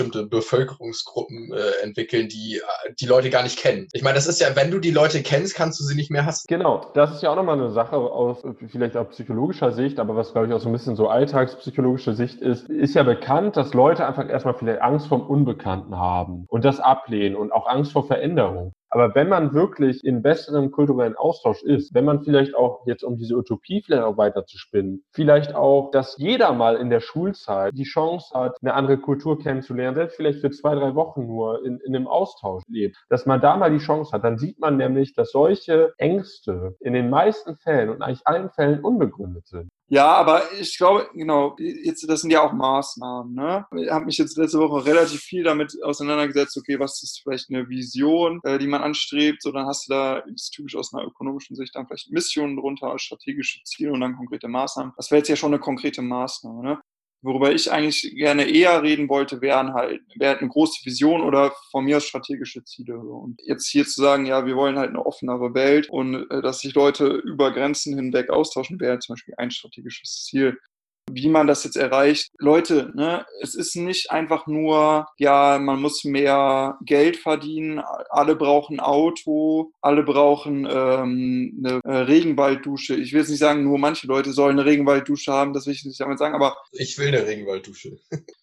bestimmte Bevölkerungsgruppen entwickeln, die die Leute gar nicht kennen. Ich meine, das ist ja, wenn du die Leute kennst, kannst du sie nicht mehr hassen. Genau, das ist ja auch nochmal eine Sache aus vielleicht auch psychologischer Sicht, aber was, glaube ich, auch so ein bisschen so alltagspsychologische Sicht ist ja bekannt, dass Leute einfach erstmal vielleicht Angst vom Unbekannten haben und das ablehnen und auch Angst vor Veränderung. Aber wenn man wirklich in besserem kulturellen Austausch ist, wenn man vielleicht auch jetzt, um diese Utopie vielleicht auch weiter zu spinnen, vielleicht auch, dass jeder mal in der Schulzeit die Chance hat, eine andere Kultur kennenzulernen, selbst vielleicht für 2, 3 Wochen nur in einem Austausch lebt, dass man da mal die Chance hat, dann sieht man nämlich, dass solche Ängste in den meisten Fällen und eigentlich allen Fällen unbegründet sind. Ja, aber ich glaube, genau, jetzt, das sind ja auch Maßnahmen, ne? Ich habe mich jetzt letzte Woche relativ viel damit auseinandergesetzt, okay, was ist vielleicht eine Vision, die man anstrebt, so dann hast du da, das ist typisch aus einer ökonomischen Sicht, dann vielleicht Missionen drunter, strategische Ziele und dann konkrete Maßnahmen. Das wäre jetzt ja schon eine konkrete Maßnahme, ne? Worüber ich eigentlich gerne eher reden wollte, wäre eine große Vision oder von mir aus strategische Ziele. Und jetzt hier zu sagen, ja, wir wollen halt eine offenere Welt und dass sich Leute über Grenzen hinweg austauschen, wäre zum Beispiel ein strategisches Ziel. Wie man das jetzt erreicht. Leute, ne, es ist nicht einfach nur, ja, man muss mehr Geld verdienen, alle brauchen Auto, alle brauchen eine Regenwalddusche. Ich will jetzt nicht sagen, nur manche Leute sollen eine Regenwalddusche haben, das will ich nicht damit sagen, aber Ich will eine Regenwalddusche.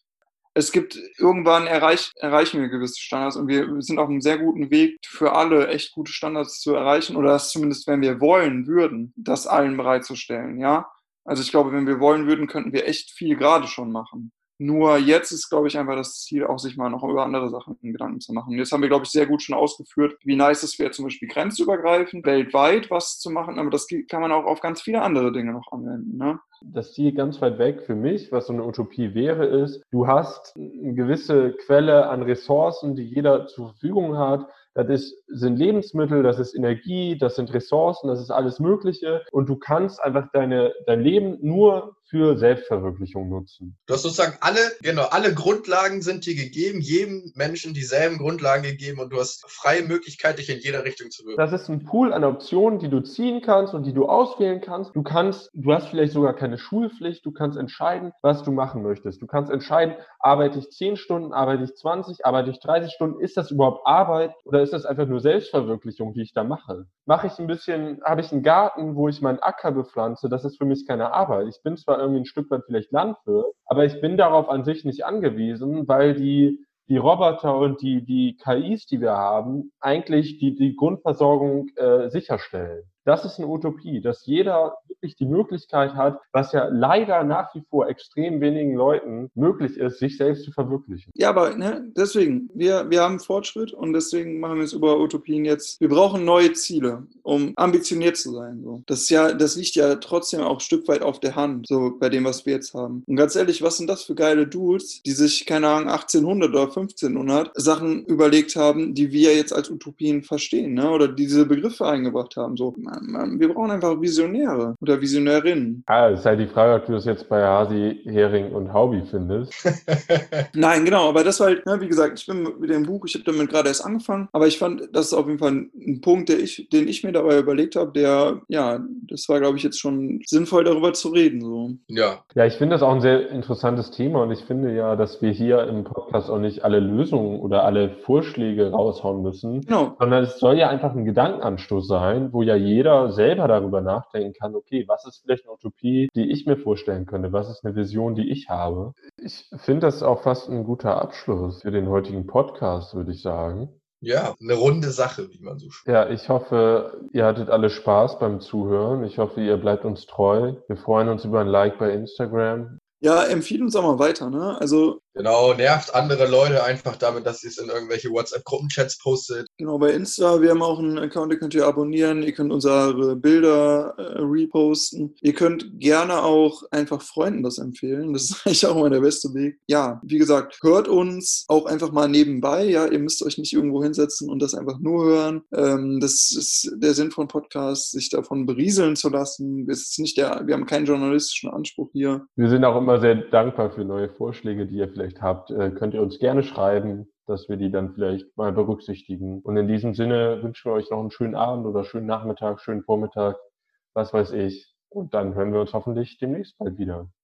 es gibt, irgendwann erreichen wir gewisse Standards und wir sind auf einem sehr guten Weg, für alle echt gute Standards zu erreichen oder das zumindest, wenn wir wollen würden, das allen bereitzustellen, ja. Also ich glaube, wenn wir wollen würden, könnten wir echt viel gerade schon machen. Nur jetzt ist, glaube ich, einfach das Ziel, auch sich mal noch über andere Sachen Gedanken zu machen. Und jetzt haben wir, glaube ich, sehr gut schon ausgeführt, wie nice es wäre, zum Beispiel grenzübergreifend, weltweit was zu machen, aber das kann man auch auf ganz viele andere Dinge noch anwenden, ne? Das Ziel ganz weit weg für mich, was so eine Utopie wäre, ist, du hast eine gewisse Quelle an Ressourcen, die jeder zur Verfügung hat. Sind Lebensmittel, das ist Energie, das sind Ressourcen, das ist alles Mögliche. Und du kannst einfach dein Leben nur für Selbstverwirklichung nutzen. Du hast sozusagen alle Grundlagen sind dir gegeben, jedem Menschen dieselben Grundlagen gegeben und du hast freie Möglichkeit, dich in jeder Richtung zu bewegen. Das ist ein Pool an Optionen, die du ziehen kannst und die du auswählen kannst. Du hast vielleicht sogar keine Schulpflicht, du kannst entscheiden, was du machen möchtest. Du kannst entscheiden, arbeite ich 10 Stunden, arbeite ich 20, arbeite ich 30 Stunden, ist das überhaupt Arbeit oder ist das einfach nur Selbstverwirklichung, die ich da mache? Habe ich einen Garten, wo ich meinen Acker bepflanze, das ist für mich keine Arbeit. Ich bin zwar irgendwie ein Stück weit vielleicht Landwirt, aber ich bin darauf an sich nicht angewiesen, weil die Roboter und die KIs, die wir haben, eigentlich die Grundversorgung sicherstellen. Das ist eine Utopie, dass jeder wirklich die Möglichkeit hat, was ja leider nach wie vor extrem wenigen Leuten möglich ist, sich selbst zu verwirklichen. Ja, aber ne, deswegen, wir haben Fortschritt und deswegen machen wir es über Utopien jetzt. Wir brauchen neue Ziele, um ambitioniert zu sein. So. Das liegt ja trotzdem auch ein Stück weit auf der Hand, so bei dem, was wir jetzt haben. Und ganz ehrlich, was sind das für geile Dudes, die sich, keine Ahnung, 1800 oder 1500 Sachen überlegt haben, die wir jetzt als Utopien verstehen, ne? Oder diese Begriffe eingebracht haben. So, wir brauchen einfach Visionäre oder Visionärinnen. Ah, es ist halt die Frage, ob du das jetzt bei Hasi, Hering und Haubi findest. Nein, genau, aber das war halt, ne, wie gesagt, ich bin mit dem Buch, ich habe damit gerade erst angefangen, aber ich fand, das ist auf jeden Fall ein Punkt, den ich mir dabei überlegt habe, das war, glaube ich, jetzt schon sinnvoll, darüber zu reden. So. Ja. Ja, ich finde das auch ein sehr interessantes Thema und ich finde ja, dass wir hier im Podcast auch nicht alle Lösungen oder alle Vorschläge raushauen müssen, Genau. sondern es soll ja einfach ein Gedankenanstoß sein, wo ja jeder selber darüber nachdenken kann, okay, was ist vielleicht eine Utopie, die ich mir vorstellen könnte, was ist eine Vision, die ich habe. Ich finde das auch fast ein guter Abschluss für den heutigen Podcast, würde ich sagen. Ja, eine runde Sache, wie man so schön. Ja, ich hoffe, ihr hattet alle Spaß beim Zuhören. Ich hoffe, ihr bleibt uns treu. Wir freuen uns über ein Like bei Instagram. Ja, empfiehlt uns auch mal weiter, ne? Also Genau, nervt andere Leute einfach damit, dass sie es in irgendwelche WhatsApp-Gruppenchats postet. genau, bei Insta, wir haben auch einen Account, den könnt ihr abonnieren, ihr könnt unsere Bilder reposten. Ihr könnt gerne auch einfach Freunden das empfehlen, das ist eigentlich auch immer der beste Weg. Ja, wie gesagt, hört uns auch einfach mal nebenbei, ja, ihr müsst euch nicht irgendwo hinsetzen und das einfach nur hören. Das ist der Sinn von Podcasts, sich davon berieseln zu lassen. Wir haben keinen journalistischen Anspruch hier. Wir sind auch immer sehr dankbar für neue Vorschläge, die ihr vielleicht habt. Könnt ihr uns gerne schreiben, dass wir die dann vielleicht mal berücksichtigen. Und in diesem Sinne wünschen wir euch noch einen schönen Abend oder schönen Nachmittag, schönen Vormittag, was weiß ich. Und dann hören wir uns hoffentlich demnächst bald wieder.